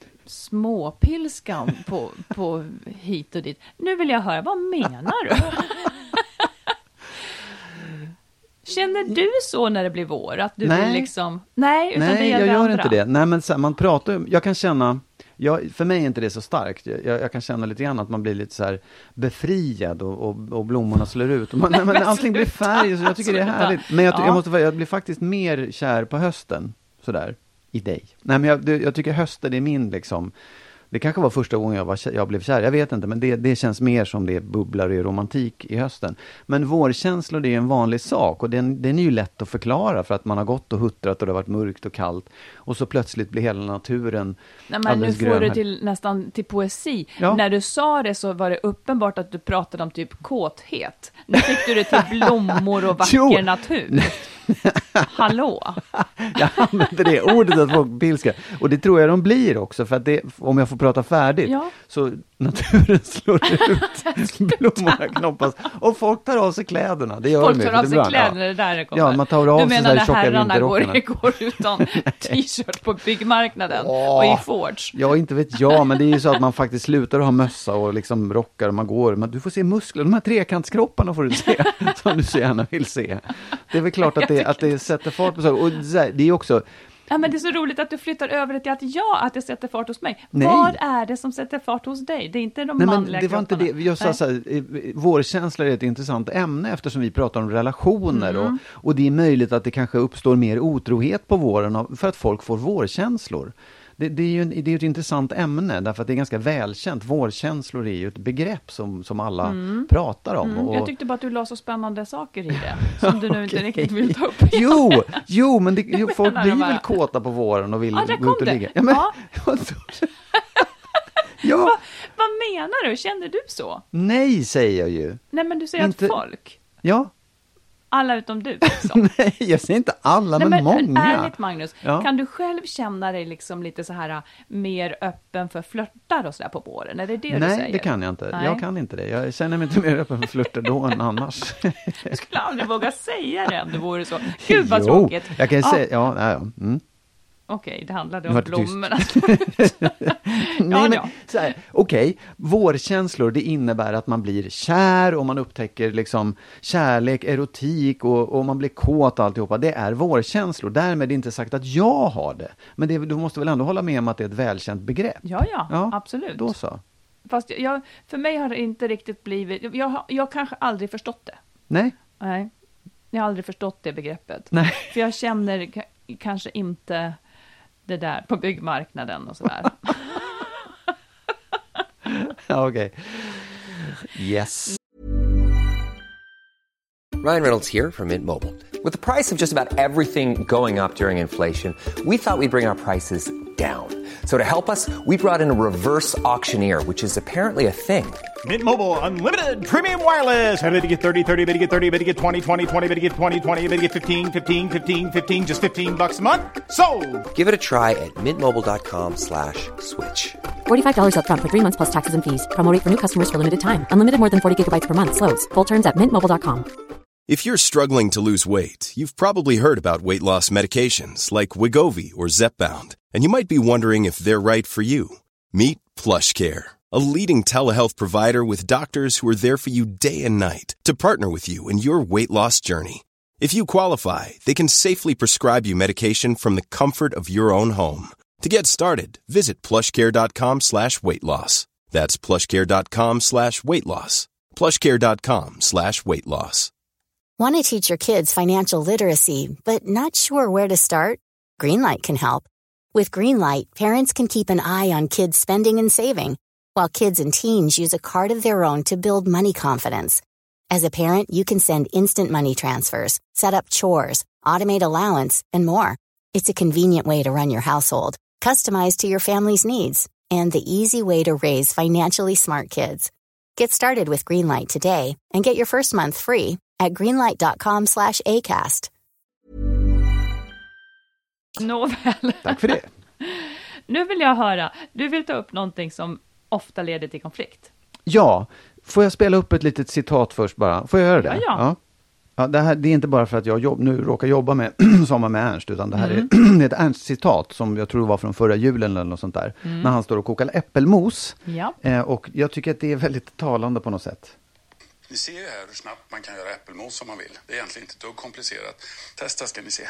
småpilskan på, på hit och dit. Nu vill jag höra, vad menar du? Känner du så när det blir vår? Att du Nej. vill liksom... Nej, utan Nej, det gäller jag gör andra. inte det. Nej, men så här, man pratar, jag kan känna, jag, för mig är inte det så starkt. Jag, jag kan känna lite grann att man blir lite så här befriad och, och, och blommorna slår ut. Och man, nej, men men allting blir färg, så jag tycker sluta. det är härligt. Men jag, Ja. jag, måste, jag blir faktiskt mer kär på hösten, sådär, i dig. Nej, men jag, det, jag tycker hösten är min liksom... Det kanske var första gången jag, var, jag blev kär, jag vet inte, men det, det känns mer som det bubblar i romantik i hösten. Men vårkänslor, det är en vanlig sak och den, den är ju lätt att förklara för att man har gått och huttrat och det har varit mörkt och kallt och så plötsligt blir hela naturen Nej, men nu får du till, nästan till poesi. Ja. När du sa det så var det uppenbart att du pratade om typ kåthet. Nu fick du det till blommor och vacker Jo. natur. Hallå? Jag använder det ordet att folk pilskar. Och det tror jag de blir också. För att det, om jag får prata färdigt. Ja. Så naturen slår ut. Blommorna knoppas. Och folk tar av sig kläderna. Det gör Folk de ju, tar för av det sig blir- kläderna, ja. det där det kommer. Ja, man tar av du sig menar så här när tjocka herrarna går, vinterrockarna. går utan t-shirt på byggmarknaden Åh. och i Forge? Ja, inte vet jag, men det är ju så att man faktiskt slutar att ha mössa och liksom rockar och man går. Men du får se muskler, de här trekantskropparna får du se, som du så gärna vill se. Det är väl klart att det, att det sätter fart på saker. Och så här, det är också... Ja, men det är så roligt att du flyttar över det till att ja, att det sätter fart hos mig. Nej. Vad är det som sätter fart hos dig? Det är inte de Nej, men manliga det var inte kropparna. det. Jag sa Nej. så här, eh, vårkänsla är ett intressant ämne eftersom vi pratar om relationer Mm. och, och det är möjligt att det kanske uppstår mer otrohet på våren av- för att folk får vårkänslor. Det, det är ju en, det är ju ett intressant ämne därför att det är ganska välkänt. Vårkänslor är ju ett begrepp som, som alla pratar om. Mm, och, jag tyckte bara att du la så spännande saker i det som du nu inte Okej. riktigt vill ta upp. Jo, jo, men det, jo, folk menar blir de bara. väl kåta på våren och vill Ja, där gå kom ut och det. ligga. Ja, men, Ja. ja, Va, vad menar du? Känner du så? nej säger jag ju. Nej, men du säger Inte- att folk, Ja, alla utom du, liksom. nej, jag säger inte alla, Nej, men, men många. ärligt Magnus, Ja. kan du själv känna dig liksom lite så här äh, mer öppen för flörtar och sådär på våren? Är det det du Nej, säger? det kan jag inte. Nej. Jag kan inte det. Jag känner mig inte mer öppen för flörter då än annars. Jag skulle aldrig våga säga det om det vore så. Gud vad Jo, tråkigt. jag kan ju Ja, säga, ja, ja, ja. Mm. Okej, det handlade Nu om vart det tyst. blommorna. Nej, Ja, men ja. så här, okej, vårkänslor, det innebär att man blir kär och man upptäcker liksom kärlek, erotik och, och man blir kåt och alltihopa. Det är vårkänslor. Därmed är det inte sagt att jag har det. Men det, du måste väl ändå hålla med om att det är ett välkänt begrepp? Ja, ja, Ja, absolut. Då så. Fast jag, för mig har det inte riktigt blivit... Jag har jag kanske aldrig förstått det. Nej, Nej, jag har aldrig förstått det begreppet. nej. För jag känner ka- kanske inte det där på byggmarknaden och sådär. Ja, okej. Yes. Ryan Reynolds here from Mint Mobile. With the price of just about everything going up during inflation, we thought we'd bring our prices down. So to help us, we brought in a reverse auctioneer, which is apparently a thing. Mint Mobile Unlimited Premium Wireless. How to get thirty, thirty, how to get thirty, how to get twenty, twenty, twenty, how to get twenty, twenty, how to get fifteen, fifteen, fifteen, fifteen, just fifteen bucks a month? Sold! Give it a try at mintmobile.com slash switch. forty-five dollars up front for three months plus taxes and fees. Promo rate for new customers for limited time. Unlimited more than forty gigabytes per month. Slows full terms at mint mobile dot com. If you're struggling to lose weight, you've probably heard about weight loss medications like Wegovy or Zepbound, and you might be wondering if they're right for you. Meet PlushCare, a leading telehealth provider with doctors who are there for you day and night to partner with you in your weight loss journey. If you qualify, they can safely prescribe you medication from the comfort of your own home. To get started, visit plushcare.com slash weight loss. That's plushcare.com slash weight loss. plushcare.com slash weight loss. Want to teach your kids financial literacy, but not sure where to start? Greenlight can help. With Greenlight, parents can keep an eye on kids' spending and saving, while kids and teens use a card of their own to build money confidence. As a parent, you can send instant money transfers, set up chores, automate allowance, and more. It's a convenient way to run your household, customized to your family's needs, and the easy way to raise financially smart kids. Get started with Greenlight today and get your first month free at greenlight.com slash ACAST. Nåväl. Tack för det. Nu vill jag höra, du vill ta upp någonting som ofta leder till konflikt. Ja, får jag spela upp ett litet citat först bara? Får jag göra det? Ja, ja. ja. Ja, det, här, det är inte bara för att jag jobb, nu råkar jobba med Sommar med Ernst, utan det här Mm. är, det är ett Ernst-citat som jag tror var från förra julen eller något sånt där. Mm. När han står och kokar äppelmos. Ja. Eh, och jag tycker att det är väldigt talande på något sätt. Ni ser ju här hur snabbt man kan göra äppelmos om man vill. Det är egentligen inte ett dugg komplicerat. Testa ska ni se.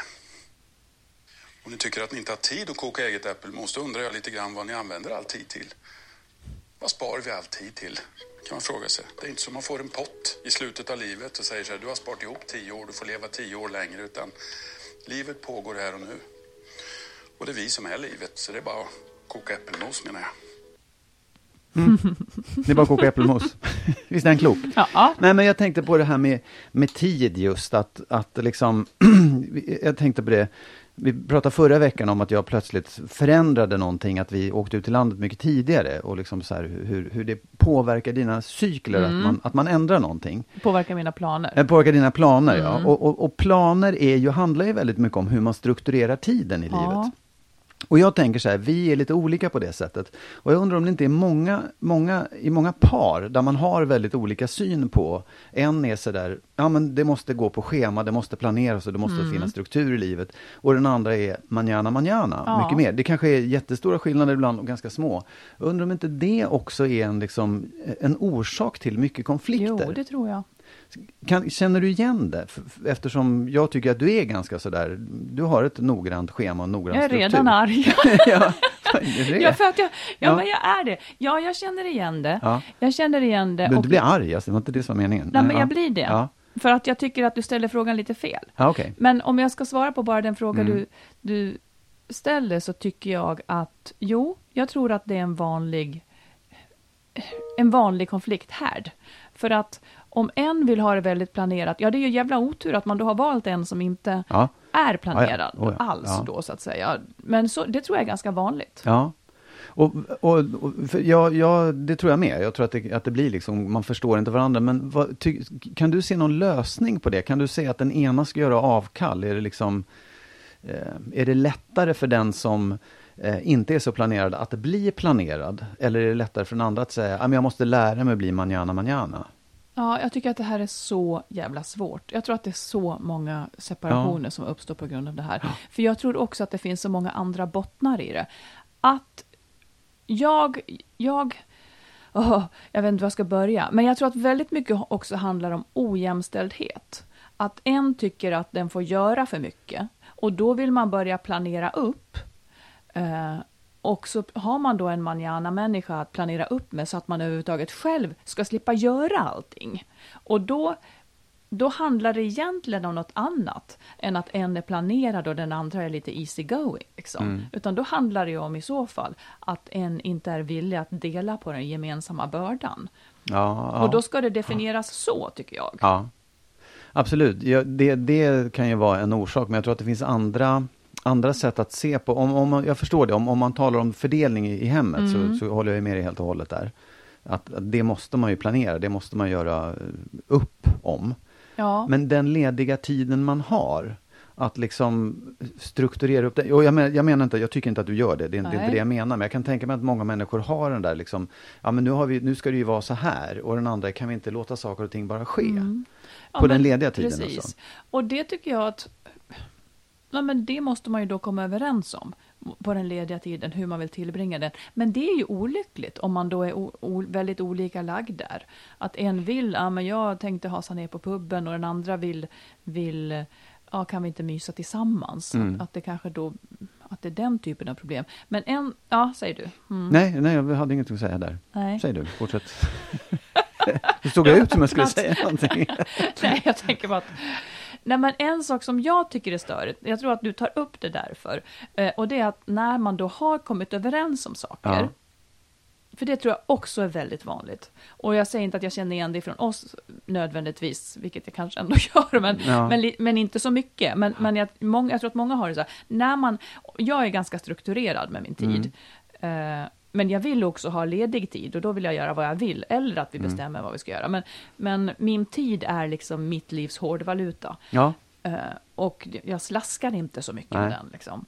Om ni tycker att ni inte har tid att koka eget äppelmos, då undrar jag lite grann vad ni använder all tid till. Vad sparar vi all tid till? Kan man fråga sig. Det är inte som man får en pott i slutet av livet och säger så här, du har sparat ihop tio år, du får leva tio år längre, utan livet pågår här och nu. Och det är vi som är livet, så det är bara att koka äppelmos, menar jag. Mm. Det är bara att koka äppelmos. Visst är den klok? Ja. Nej, men jag tänkte på det här med, med tid just, att, att liksom, jag tänkte på det, vi pratade förra veckan om att jag plötsligt förändrade någonting, att vi åkte ut till landet mycket tidigare och liksom så här, hur, hur det påverkar dina cykler, mm. att, man, att man ändrar någonting. Påverkar mina planer. Det påverkar dina planer, mm. ja. Och, och, och planer är ju, handlar ju väldigt mycket om hur man strukturerar tiden i ja. livet. Och jag tänker så här, vi är lite olika på det sättet. Och jag undrar om det inte är många, många, i många par där man har väldigt olika syn på. En är så där, ja men det måste gå på schema, det måste planeras och det måste mm. finnas struktur i livet. Och den andra är manjana manjana, ja. mycket mer. Det kanske är jättestora skillnader ibland och ganska små. Jag undrar om inte det också är en, liksom, en orsak till mycket konflikter. Jo, det tror jag. Kan, känner du igen det? Eftersom jag tycker att du är ganska sådär, du har ett noggrant schema och noggrant struktur. Jag är redan arg. ja, är det? ja, för att jag, ja, ja, men jag är det. Ja, jag känner igen det. Ja. Jag känner igen det. Du, och... du blir arg, alltså, det var inte det som var meningen. Nej, men ja. jag blir det. Ja. För att jag tycker att du ställer frågan lite fel. Ja, okay. Men om jag ska svara på bara den fråga mm. du, du ställer, så tycker jag att, jo, jag tror att det är en vanlig en vanlig konflikthärd. För att om en vill ha det väldigt planerat, ja det är ju jävla otur att man då har valt en som inte ja. är planerad ja, ja. Oh, ja. alls ja. då så att säga. Men så, det tror jag är ganska vanligt. Ja, och, och, och för ja, ja, det tror jag med. Jag tror att det, att det blir liksom, man förstår inte varandra. Men vad, ty, kan du se någon lösning på det? Kan du se att den ena ska göra avkall? Är det liksom, eh, är det lättare för den som Eh, inte är så planerad att det blir planerad? Eller är det lättare för den andra att säga att jag måste lära mig att bli manjana manjana? Ja, jag tycker att det här är så jävla svårt. Jag tror att det är så många separationer ja. som uppstår på grund av det här. Ja. För jag tror också att det finns så många andra bottnar i det. Att jag... jag oh, jag vet inte var jag ska börja. Men jag tror att väldigt mycket också handlar om ojämställdhet. Att en tycker att den får göra för mycket. Och då vill man börja planera upp. Uh, och så har man då en manjana-människa att planera upp med, så att man överhuvudtaget själv ska slippa göra allting. Och då, då handlar det egentligen om något annat än att en är planerad och den andra är lite easy going. Liksom. Mm. Utan då handlar det ju om i så fall att en inte är villig att dela på den gemensamma bördan. Ja, ja. Och då ska det definieras ja. så, tycker jag. Ja, absolut. Ja, det, det kan ju vara en orsak, men jag tror att det finns andra... andra sätt att se på, om, om jag förstår det, om, om man talar om fördelning i, i hemmet mm. så, så håller jag med dig helt och hållet där. Att, att det måste man ju planera, det måste man göra upp om. Ja. Men den lediga tiden man har, att liksom strukturera upp det. Och jag, men, jag menar inte, jag tycker inte att du gör det, det är, det är inte det jag menar, men jag kan tänka mig att många människor har den där liksom, ja men nu, har vi, nu ska det ju vara så här, och den andra kan vi inte låta saker och ting bara ske. Mm. Ja, på den lediga tiden. Precis. Också. Och det tycker jag att ja, men det måste man ju då komma överens om på den lediga tiden, hur man vill tillbringa den. Men det är ju olyckligt om man då är o- o- väldigt olika lagd där. Att en vill, ja men jag tänkte ha sig ner på pubben, och den andra vill, vill ja kan vi inte mysa tillsammans? Mm. Att, att det kanske då, att det är den typen av problem. Men en, ja säger du. Mm. Nej, nej, jag hade inget att säga där. Nej. Säg du, fortsätt. Det stod jag ut som jag skulle säga någonting. Nej, jag tänker bara att nej, men en sak som jag tycker är störigt, jag tror att du tar upp det därför, eh, och det är att när man då har kommit överens om saker, ja. för det tror jag också är väldigt vanligt. Och jag säger inte att jag känner igen det från oss nödvändigtvis, vilket jag kanske ändå gör, men, ja. men, men inte så mycket. Men, men jag, många, jag tror att många har det så här, när man, jag är ganska strukturerad med min tid, mm. eh, men jag vill också ha ledig tid, och då vill jag göra vad jag vill. Eller att vi bestämmer mm. vad vi ska göra. Men, men min tid är liksom mitt livs hårdvaluta. Ja. Uh, och jag slaskar inte så mycket Nej. med den. Liksom.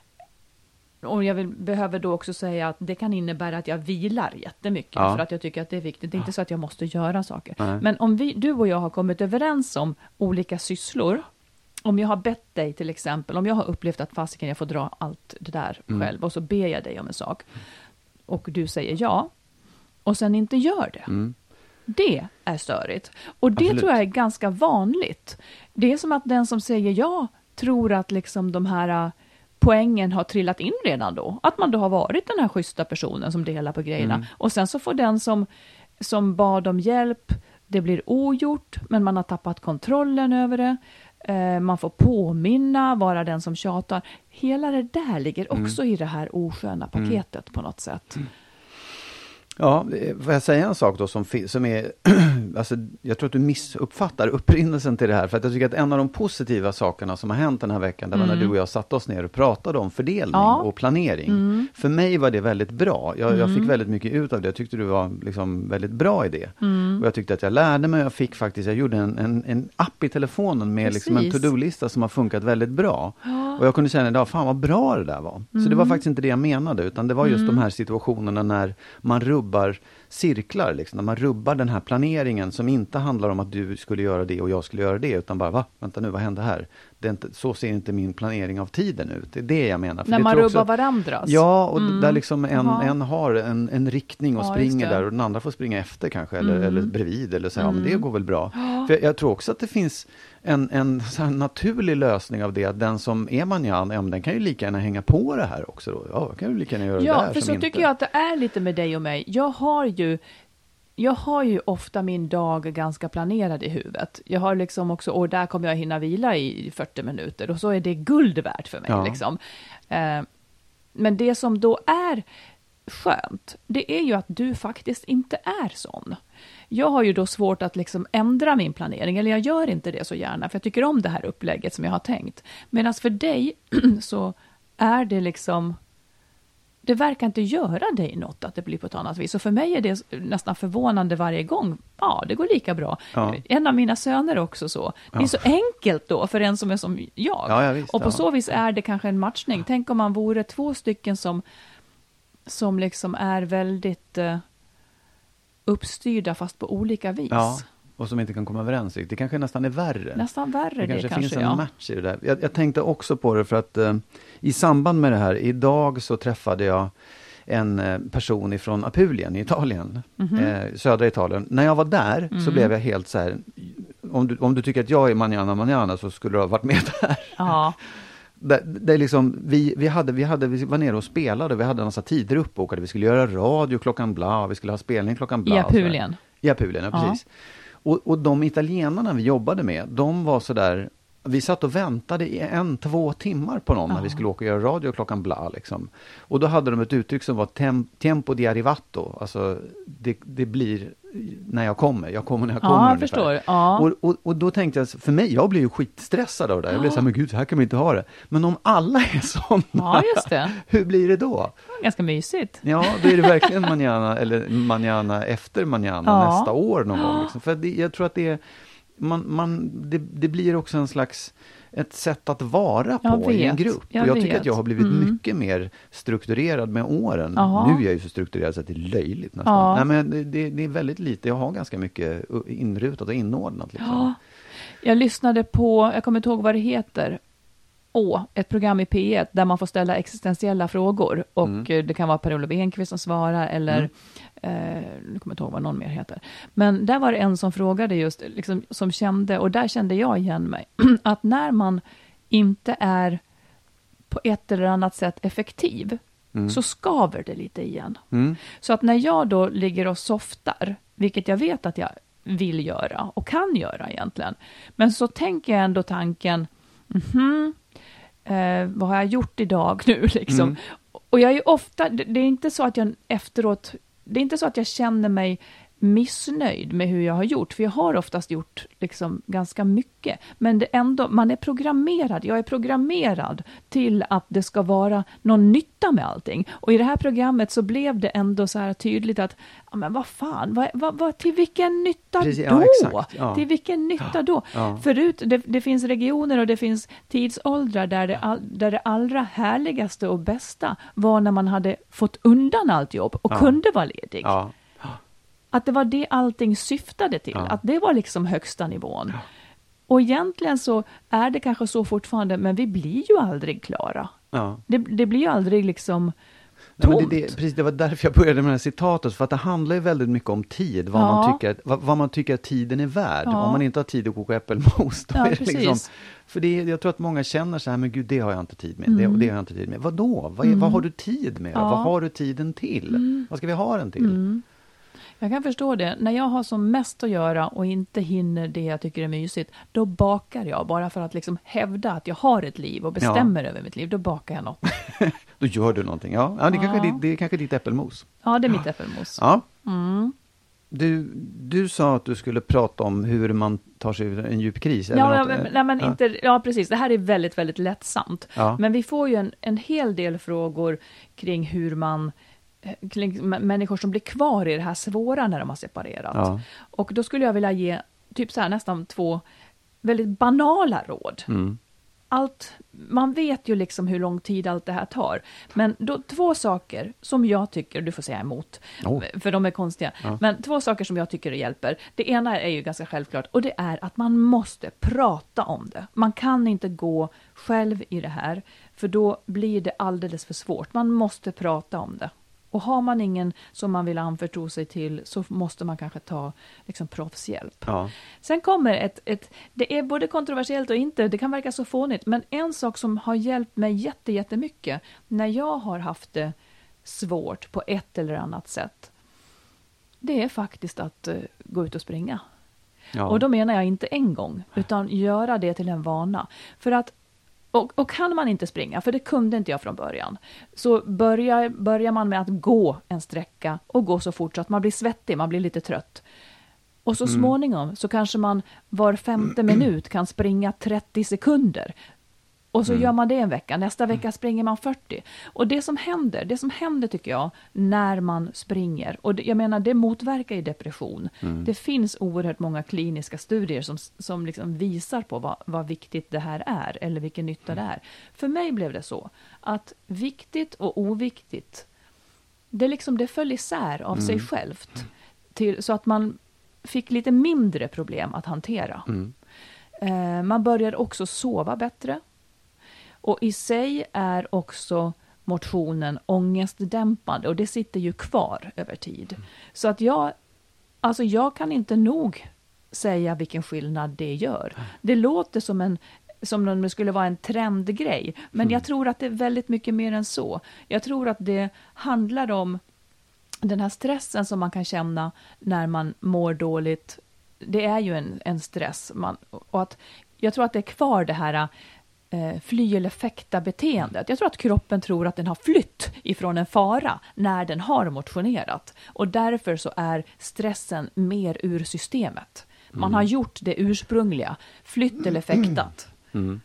Och jag vill, behöver då också säga att det kan innebära att jag vilar jättemycket. Ja. För att jag tycker att det är viktigt. Det är inte så att jag måste göra saker. Nej. Men om vi, du och jag har kommit överens om olika sysslor. Om jag har bett dig till exempel. Om jag har upplevt att fasiken jag får dra allt det där mm. själv. Och så ber jag dig om en sak. Och du säger ja. Och sen inte gör det. Mm. Det är störigt. Och det Absolut. tror jag är ganska vanligt. Det är som att den som säger ja tror att liksom de här uh, poängen har trillat in redan då. Att man då har varit den här schyssta personen som delar på grejerna. Mm. Och sen så får den som, som bad om hjälp, det blir ogjort, men man har tappat kontrollen över det. Uh, man får påminna, vara den som tjatar. Hela det där ligger också mm. i det här osköna paketet mm. på något sätt. Mm. Ja, får jag säga en sak då som, som är, alltså jag tror att du missuppfattar upprinnelsen till det här, för att jag tycker att en av de positiva sakerna som har hänt den här veckan, det var Mm. när du och jag satte oss ner och pratade om fördelning Ja. och planering. Mm. För mig var det väldigt bra. Jag, jag fick Mm. väldigt mycket ut av det. Jag tyckte du var liksom väldigt bra i det. Mm. Och jag tyckte att jag lärde mig, jag fick faktiskt, jag gjorde en, en, en app i telefonen med liksom en Precis. to-do-lista som har funkat väldigt bra. Ja. Och jag kunde känna idag, fan vad bra det där var. Så det var Mm. faktiskt inte det jag menade, utan det var just Mm. de här situationerna när man rubbar cirklar, liksom, när man rubbar den här planeringen som inte handlar om att du skulle göra det och jag skulle göra det, utan bara, va? Vänta nu, vad hände här? Det är inte, så ser inte min planering av tiden ut. Det är det jag menar. För När det man tror rubbar också, varandras. Ja, och Mm. där liksom en, Aha. en har en, en riktning och Ja, springer just det. där och den andra får springa efter kanske, eller, Mm. eller bredvid, eller så här, ja, men det Mm. går väl bra. Ja. För jag, jag tror också att det finns en, en så här naturlig lösning av det, att den som är manjan, ja, men den kan ju lika gärna hänga på det här också då. Ja, kan ju lika gärna göra Ja, det där för som så inte. tycker jag att det är lite med dig och mig. Jag har ju Jag har ju ofta min dag ganska planerad i huvudet. Jag har liksom också, och där kommer jag hinna vila i fyrtio minuter. Och så är det guld värt för mig. Ja. Liksom. Eh, men det som då är skönt, det är ju att du faktiskt inte är sån. Jag har ju då svårt att liksom ändra min planering, eller jag gör inte det så gärna, för jag tycker om det här upplägget som jag har tänkt. Medan för dig så är det liksom, det verkar inte göra dig något att det blir på ett annat vis. Och för mig är det nästan förvånande varje gång. Ja, det går lika bra. Ja. En av mina söner är också så. Det är Ja. så enkelt då för en som är som jag. Ja, ja, visst, och på ja. så vis är det kanske en matchning. Tänk om man vore två stycken som, som liksom är väldigt uh, uppstyrda fast på olika vis. Ja, och som inte kan komma överens. Det kanske nästan är värre. Nästan värre det det kanske, kanske, finns en ja. match i det där. Jag, jag tänkte också på det för att eh, i samband med det här, idag så träffade jag en eh, person ifrån Apulien i Italien, Mhm. eh, södra Italien. När jag var där så Mm. blev jag helt så här, om du, om du tycker att jag är manjana manjana så skulle du ha varit med där. Ja. Det, det är liksom, vi, vi, hade, vi, hade, vi var nere och spelade, vi hade en massa tider uppbokade, vi skulle göra radio klockan bla, vi skulle ha spelning klockan bla. I och så där. Apulien. I Apulien, ja, precis. Och, och de italienarna vi jobbade med, de var så där, vi satt och väntade i en, två timmar på någon Ja. när vi skulle åka och göra radio klockan bla. Liksom. Och då hade de ett uttryck som var tem, tempo di arrivato, alltså det, det blir när jag kommer, jag kommer när jag kommer Ja, jag ungefär. förstår. Ja. Och, och, och då tänkte jag, för mig, jag blev ju skitstressad av det. Jag blev så här, men gud, så här kan vi inte ha det. Men om alla är sådana, Ja, just det. hur blir det då? Ganska mysigt. Ja, då är det verkligen manjana, eller manjana efter manjana Ja. nästa år någon gång. Liksom. För det, jag tror att det, är, man, man, det, det blir också en slags ett sätt att vara Jag på i en vet, grupp. jag och jag tycker vet. att jag har blivit Mm. mycket mer strukturerad med åren. Jaha. Nu är jag ju så strukturerad så att det är löjligt nästan. Ja. Nej, men det, det, det är väldigt lite. Jag har ganska mycket inrutat och inordnat. Liksom. Ja. Jag lyssnade på, jag kommer inte ihåg vad det heter, Å, ett program i P ett där man får ställa existentiella frågor. Och Mm. eh, det kan vara Per-Olof Enquist som svarar, eller Mm. eh, nu kommer jag inte ihåg vad någon mer heter. Men där var det en som frågade just, liksom, som kände, och där kände jag igen mig, att när man inte är på ett eller annat sätt effektiv, Mm. så skaver det lite igen. Mm. Så att när jag då ligger och softar, vilket jag vet att jag vill göra och kan göra egentligen, men så tänker jag ändå tanken, mhm, eh, vad har jag gjort idag nu liksom? Mm. Och jag är ofta, det, det är inte så att jag efteråt, det är inte så att jag känner mig missnöjd med hur jag har gjort, för jag har oftast gjort liksom ganska mycket, men det ändå, man är programmerad, jag är programmerad till att det ska vara någon nytta med allting, och i det här programmet så blev det ändå så här tydligt att, ja men vad fan, vad, vad, vad, till vilken nytta Precis, då? ja, exakt, ja. Till vilken nytta då? Ja. Förut, det, det finns regioner och det finns tidsåldrar där det, all, där det allra härligaste och bästa var när man hade fått undan allt jobb och Ja. kunde vara ledig. Ja. Att det var det allting syftade till. Ja. Att det var liksom högsta nivån. Och egentligen så är det kanske så fortfarande, men vi blir ju aldrig klara. Ja. Det, det blir ju aldrig liksom Nej, men det, det, precis, det var därför jag började med det här citatet, för att det handlar ju väldigt mycket om tid, vad, ja. man, tycker, vad, vad man tycker att tiden är värd. Ja. Om man inte har tid att koka äppelmos, då ja, är det liksom, för det, jag tror att många känner så här, men gud, det har jag inte tid med, mm. det, det har jag inte tid med. Vadå? Vad, är, mm. vad har du tid med? Ja. Vad har du tiden till? Mm. Vad ska vi ha den till? Mm. Jag kan förstå det. När jag har som mest att göra och inte hinner det jag tycker är mysigt, då bakar jag bara för att liksom hävda att jag har ett liv och bestämmer ja. över mitt liv. Då bakar jag något. Då gör du någonting. Ja, ja, det, ja. Kanske, det, det är kanske ditt äppelmos. Ja, det är mitt äppelmos. Ja. Mm. Du, du sa att du skulle prata om hur man tar sig ur en djup kris. Eller ja, något. men, nej, men ja. Inte, ja, precis. Det här är väldigt, väldigt lättsamt. Ja. Men vi får ju en, en hel del frågor kring hur man kring människor som blir kvar i det här svåra när de har separerat. Ja. Och då skulle jag vilja ge typ så här nästan två väldigt banala råd. Mm. Allt, man vet ju liksom hur lång tid allt det här tar. Men då, två saker som jag tycker, du får säga emot, oh. för de är konstiga. Ja. Men två saker som jag tycker hjälper. Det ena är ju ganska självklart, och det är att man måste prata om det. Man kan inte gå själv i det här, för då blir det alldeles för svårt. Man måste prata om det. Och har man ingen som man vill anförtro sig till, så måste man kanske ta liksom proffshjälp. Ja. Sen kommer ett, ett, det är både kontroversiellt och inte, det kan verka så fånigt, men en sak som har hjälpt mig jätte, jättemycket när jag har haft det svårt på ett eller annat sätt, det är faktiskt att uh, gå ut och springa. Ja. Och då menar jag inte en gång, utan göra det till en vana. För att Och, och kan man inte springa, för det kunde inte jag från början, så börjar, börjar man med att gå en sträcka och gå så fort så att man blir svettig, man blir lite trött. Och så mm. småningom så kanske man var femte minut kan springa trettio sekunder. Och så mm. gör man det en vecka, nästa vecka springer man fyrtio. Och det som händer, det som händer tycker jag, när man springer, och det, jag menar det motverkar ju depression. Mm. Det finns oerhört många kliniska studier som, som liksom visar på vad, vad viktigt det här är, eller vilken nytta mm. det är. För mig blev det så, att viktigt och oviktigt, det, liksom, det föll isär av mm. sig självt, till, så att man fick lite mindre problem att hantera. Mm. Eh, man började också sova bättre. Och i sig är också motionen ångestdämpande, och det sitter ju kvar över tid. Mm. Så att jag, alltså jag kan inte nog säga vilken skillnad det gör. Mm. Det låter som en som om det skulle vara en trendgrej, men mm. jag tror att det är väldigt mycket mer än så. Jag tror att det handlar om den här stressen som man kan känna när man mår dåligt. Det är ju en, en stress. Man, och att, jag tror att det är kvar det här eh, fly eller fäkta beteendet. Jag tror att kroppen tror att den har flytt ifrån en fara när den har motionerat. Och därför så är stressen mer ur systemet. Man mm. har gjort det ursprungliga, flytt eller fäktat. Mm.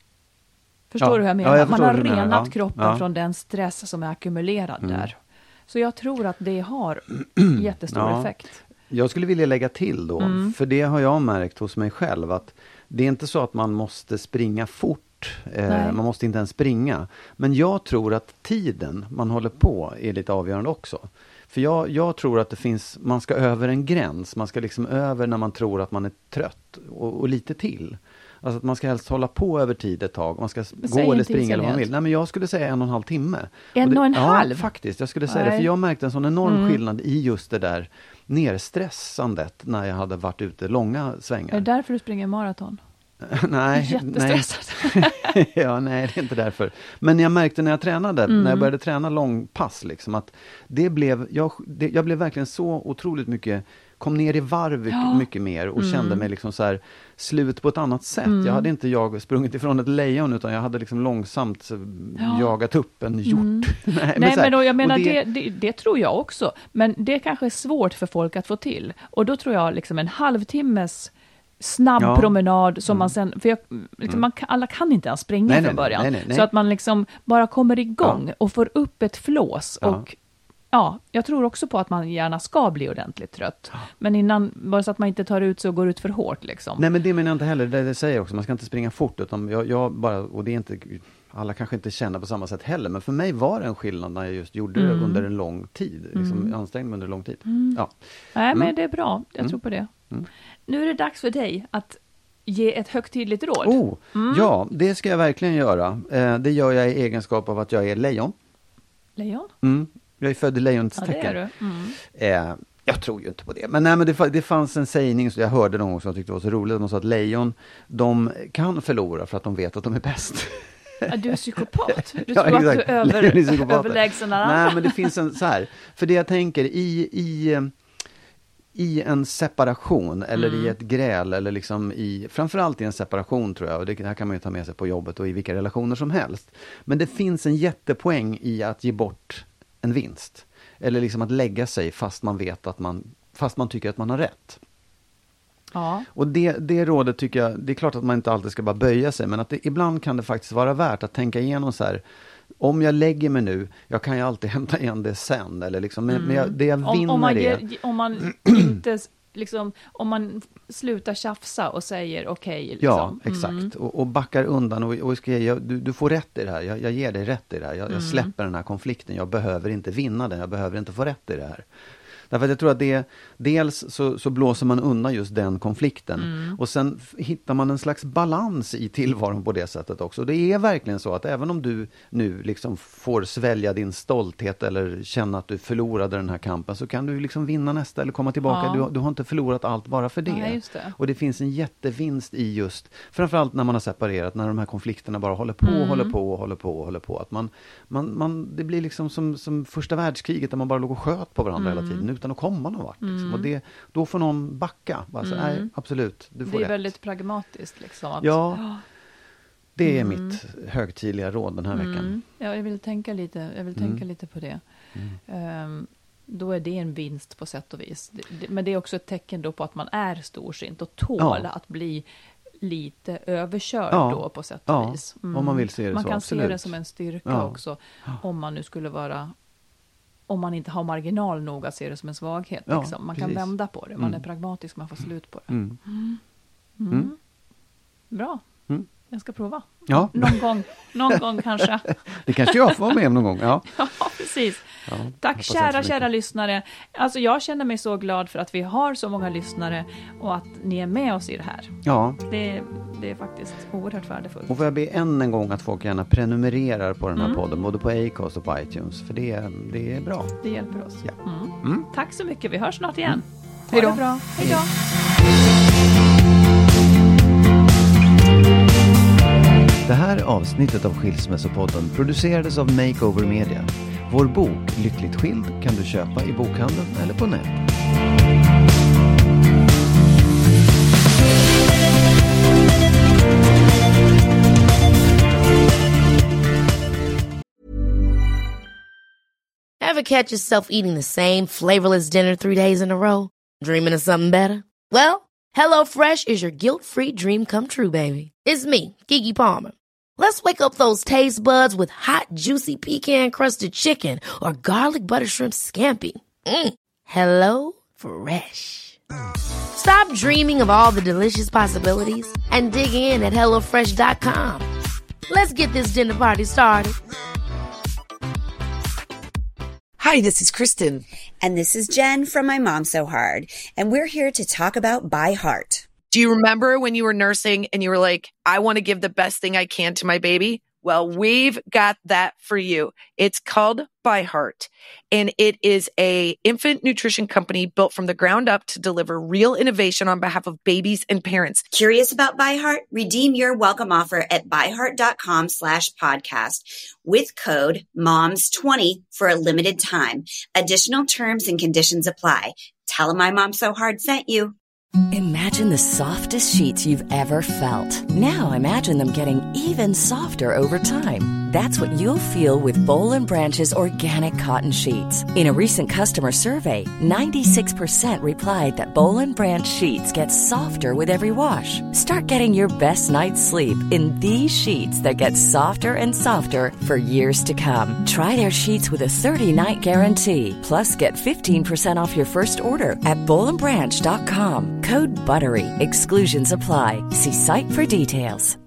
Förstår ja. du hur jag menar? Ja, jag man har renat menar. ja. kroppen ja. från den stress som är ackumulerad mm. där. Så jag tror att det har jättestor ja. effekt. Jag skulle vilja lägga till då, mm. för det har jag märkt hos mig själv, att det är inte så att man måste springa fort, eh, man måste inte ens springa. Men jag tror att tiden man håller på är lite avgörande också. För jag, jag tror att det finns, man ska över en gräns, man ska liksom över när man tror att man är trött och, och lite till. Alltså att man ska helst hålla på över tid ett tag. Man ska gå eller springa eller vad man vill. Nej, men jag skulle säga en och en halv timme. En och, det, och en halv? Ja, faktiskt. Jag skulle säga Nej. det. För jag märkte en sån enorm mm. skillnad i just det där nerstressandet när jag hade varit ute långa svängar. Är det därför du springer maraton? nej. Jättestressad. Nej. ja, nej, det är inte därför. Men jag märkte när jag tränade, mm. när jag började träna långpass, liksom, att det blev, jag, det, jag blev verkligen så otroligt mycket, kom ner i varv ja. mycket mer och mm. kände mig liksom så här slut på ett annat sätt. Mm. Jag hade inte jag sprungit ifrån ett lejon, utan jag hade liksom långsamt ja. jagat upp en hjort. Mm. Nej, Nej men då, jag menar det, det, det, det tror jag också. Men det kanske är svårt för folk att få till. Och då tror jag liksom en halvtimmes snabb ja. promenad som mm. man sen, för jag, liksom, man kan, alla kan inte ens springa nej, från början. Nej, nej, nej. Så att man liksom bara kommer igång ja. och får upp ett flås ja. och ja, jag tror också på att man gärna ska bli ordentligt trött. Ja. Men innan, bara så att man inte tar ut så och går ut för hårt liksom. Nej, men det menar jag inte heller. Det, det säger jag också. Man ska inte springa fort. Utan jag, jag bara, och det är inte, alla kanske inte känner på samma sätt heller. Men för mig var det en skillnad när jag just gjorde mm. det under en lång tid. Liksom mm. ansträngde mig under en lång tid. Mm. Ja. Nej, mm. men det är bra. Jag mm. tror på det. Mm. Nu är det dags för dig att ge ett högtidligt råd. Oh, mm. Ja, det ska jag verkligen göra. Eh, det gör jag i egenskap av att jag är lejon. Lejon? Mm. Jag är född i lejonets Ja, tecken. det är du. Mm. Eh, jag tror ju inte på det. Men, nej, men det, det fanns en sägning som jag hörde någon gång som jag tyckte var så roligt. De sa att lejon, de kan förlora för att de vet att de är bäst. Ja, du är psykopat. Du Ja, tror att exakt. du är över, Lejon är överlägsen alla andra. Nej, men det finns en så här. För det jag tänker, i... i i en separation eller mm. i ett gräl eller liksom i, framförallt i en separation tror jag, och det här kan man ju ta med sig på jobbet och i vilka relationer som helst. Men det finns en jättepoäng i att ge bort en vinst. Eller liksom att lägga sig fast man vet att man, fast man tycker att man har rätt. Ja. Och det, det rådet tycker jag, det är klart att man inte alltid ska bara böja sig, men att det, ibland kan det faktiskt vara värt att tänka igenom så här. Om jag lägger mig nu, jag kan ju alltid hämta igen det sen. Eller liksom, men, mm. men jag, det jag vinner om, om man, är... ger, om man inte liksom, om man slutar tjafsa och säger okej. Okay, liksom. Ja, exakt. Mm. Och, och backar undan och, och ska jag, du, du får rätt i det här. Jag, jag ger dig rätt i det här. Jag, mm. jag släpper den här konflikten. Jag behöver inte vinna den. Jag behöver inte få rätt i det här. Därför att jag tror att det, dels så, så blåser man undan just den konflikten. Mm. Och sen hittar man en slags balans i tillvaron på det sättet också. Det är verkligen så att även om du nu liksom får svälja din stolthet eller känna att du förlorade den här kampen, så kan du liksom vinna nästa eller komma tillbaka. Ja. Du, du har inte förlorat allt bara för det. Ja, just det. Och det finns en jättevinst i just, framförallt när man har separerat, när de här konflikterna bara håller på och Mm. håller på och håller på och håller på. Att man, man, man, det blir liksom som, som första världskriget där man bara låg och sköt på varandra Mm. hela tiden utan att komma någon vart. Liksom. Mm. Och det, då får någon backa. Bara så, Mm. nej, absolut, du får Det är rätt. väldigt pragmatiskt. Liksom, att, Ja, det är Mm. mitt högtidliga råd den här Mm. veckan. Ja, jag vill tänka lite, jag vill Mm. tänka lite på det. Um, då är det en vinst på sätt och vis. Det, det, men det är också ett tecken då på att man är storsint och tål Ja. att bli lite överkörd Ja. då på sätt och Ja, vis. om man vill se det man så, kan absolut. se det som en styrka Ja. också. Om man nu skulle vara, om man inte har marginal nog att se det som en svaghet. Ja, liksom. Man precis. kan vända på det. Man Mm. är pragmatisk, man får slut på det. Mm. Mm. Mm. Bra. Mm. Jag ska prova. Ja. Någon gång, någon gång kanske. Det kanske jag får vara med om någon gång. Ja. Ja, precis. Ja, Tack hoppas kära, inte så kära mycket. lyssnare. Alltså jag känner mig så glad för att vi har så många lyssnare och att ni är med oss i det här. Ja. Det, det är faktiskt oerhört värdefullt. Och får jag be än en gång att folk gärna prenumererar på den här Mm. podden, både på Acast och på iTunes, för det, det är bra. Det hjälper oss. Ja. Mm. Mm. Tack så mycket. Vi hörs snart igen. Hej då. Ha det bra. Hej då. Det här avsnittet av Skilsmässopodden producerades av Makeover Media. Vår bok Lyckligt skild kan du köpa i bokhandeln eller på nätet. Ever catch yourself eating the same flavorless dinner three days in a row? Dreaming of something better? Well, HelloFresh is your guilt-free dream come true, baby. It's me, Keke Palmer. Let's wake up those taste buds with hot, juicy pecan-crusted chicken or garlic butter shrimp scampi. Mm. Hello Fresh. Stop dreaming of all the delicious possibilities and dig in at hello fresh dot com. Let's get this dinner party started. Hi, this is Kristen. And this is Jen from My Mom So Hard. And we're here to talk about By Heart. Do you remember when you were nursing and you were like, I want to give the best thing I can to my baby? Well, we've got that for you. It's called By Heart, and it is a infant nutrition company built from the ground up to deliver real innovation on behalf of babies and parents. Curious about By Heart? Redeem your welcome offer at byheart.com slash podcast with code moms twenty for a limited time. Additional terms and conditions apply. Tell them My Mom So Hard sent you. Imagine the softest sheets you've ever felt. Now imagine them getting even softer over time. That's what you'll feel with Boll and Branch's organic cotton sheets. In a recent customer survey, ninety-six percent replied that Boll and Branch sheets get softer with every wash. Start getting your best night's sleep in these sheets that get softer and softer for years to come. Try their sheets with a thirty-night guarantee. Plus, get fifteen percent off your first order at boll and branch dot com. Code BUTTERY. Exclusions apply. See site for details.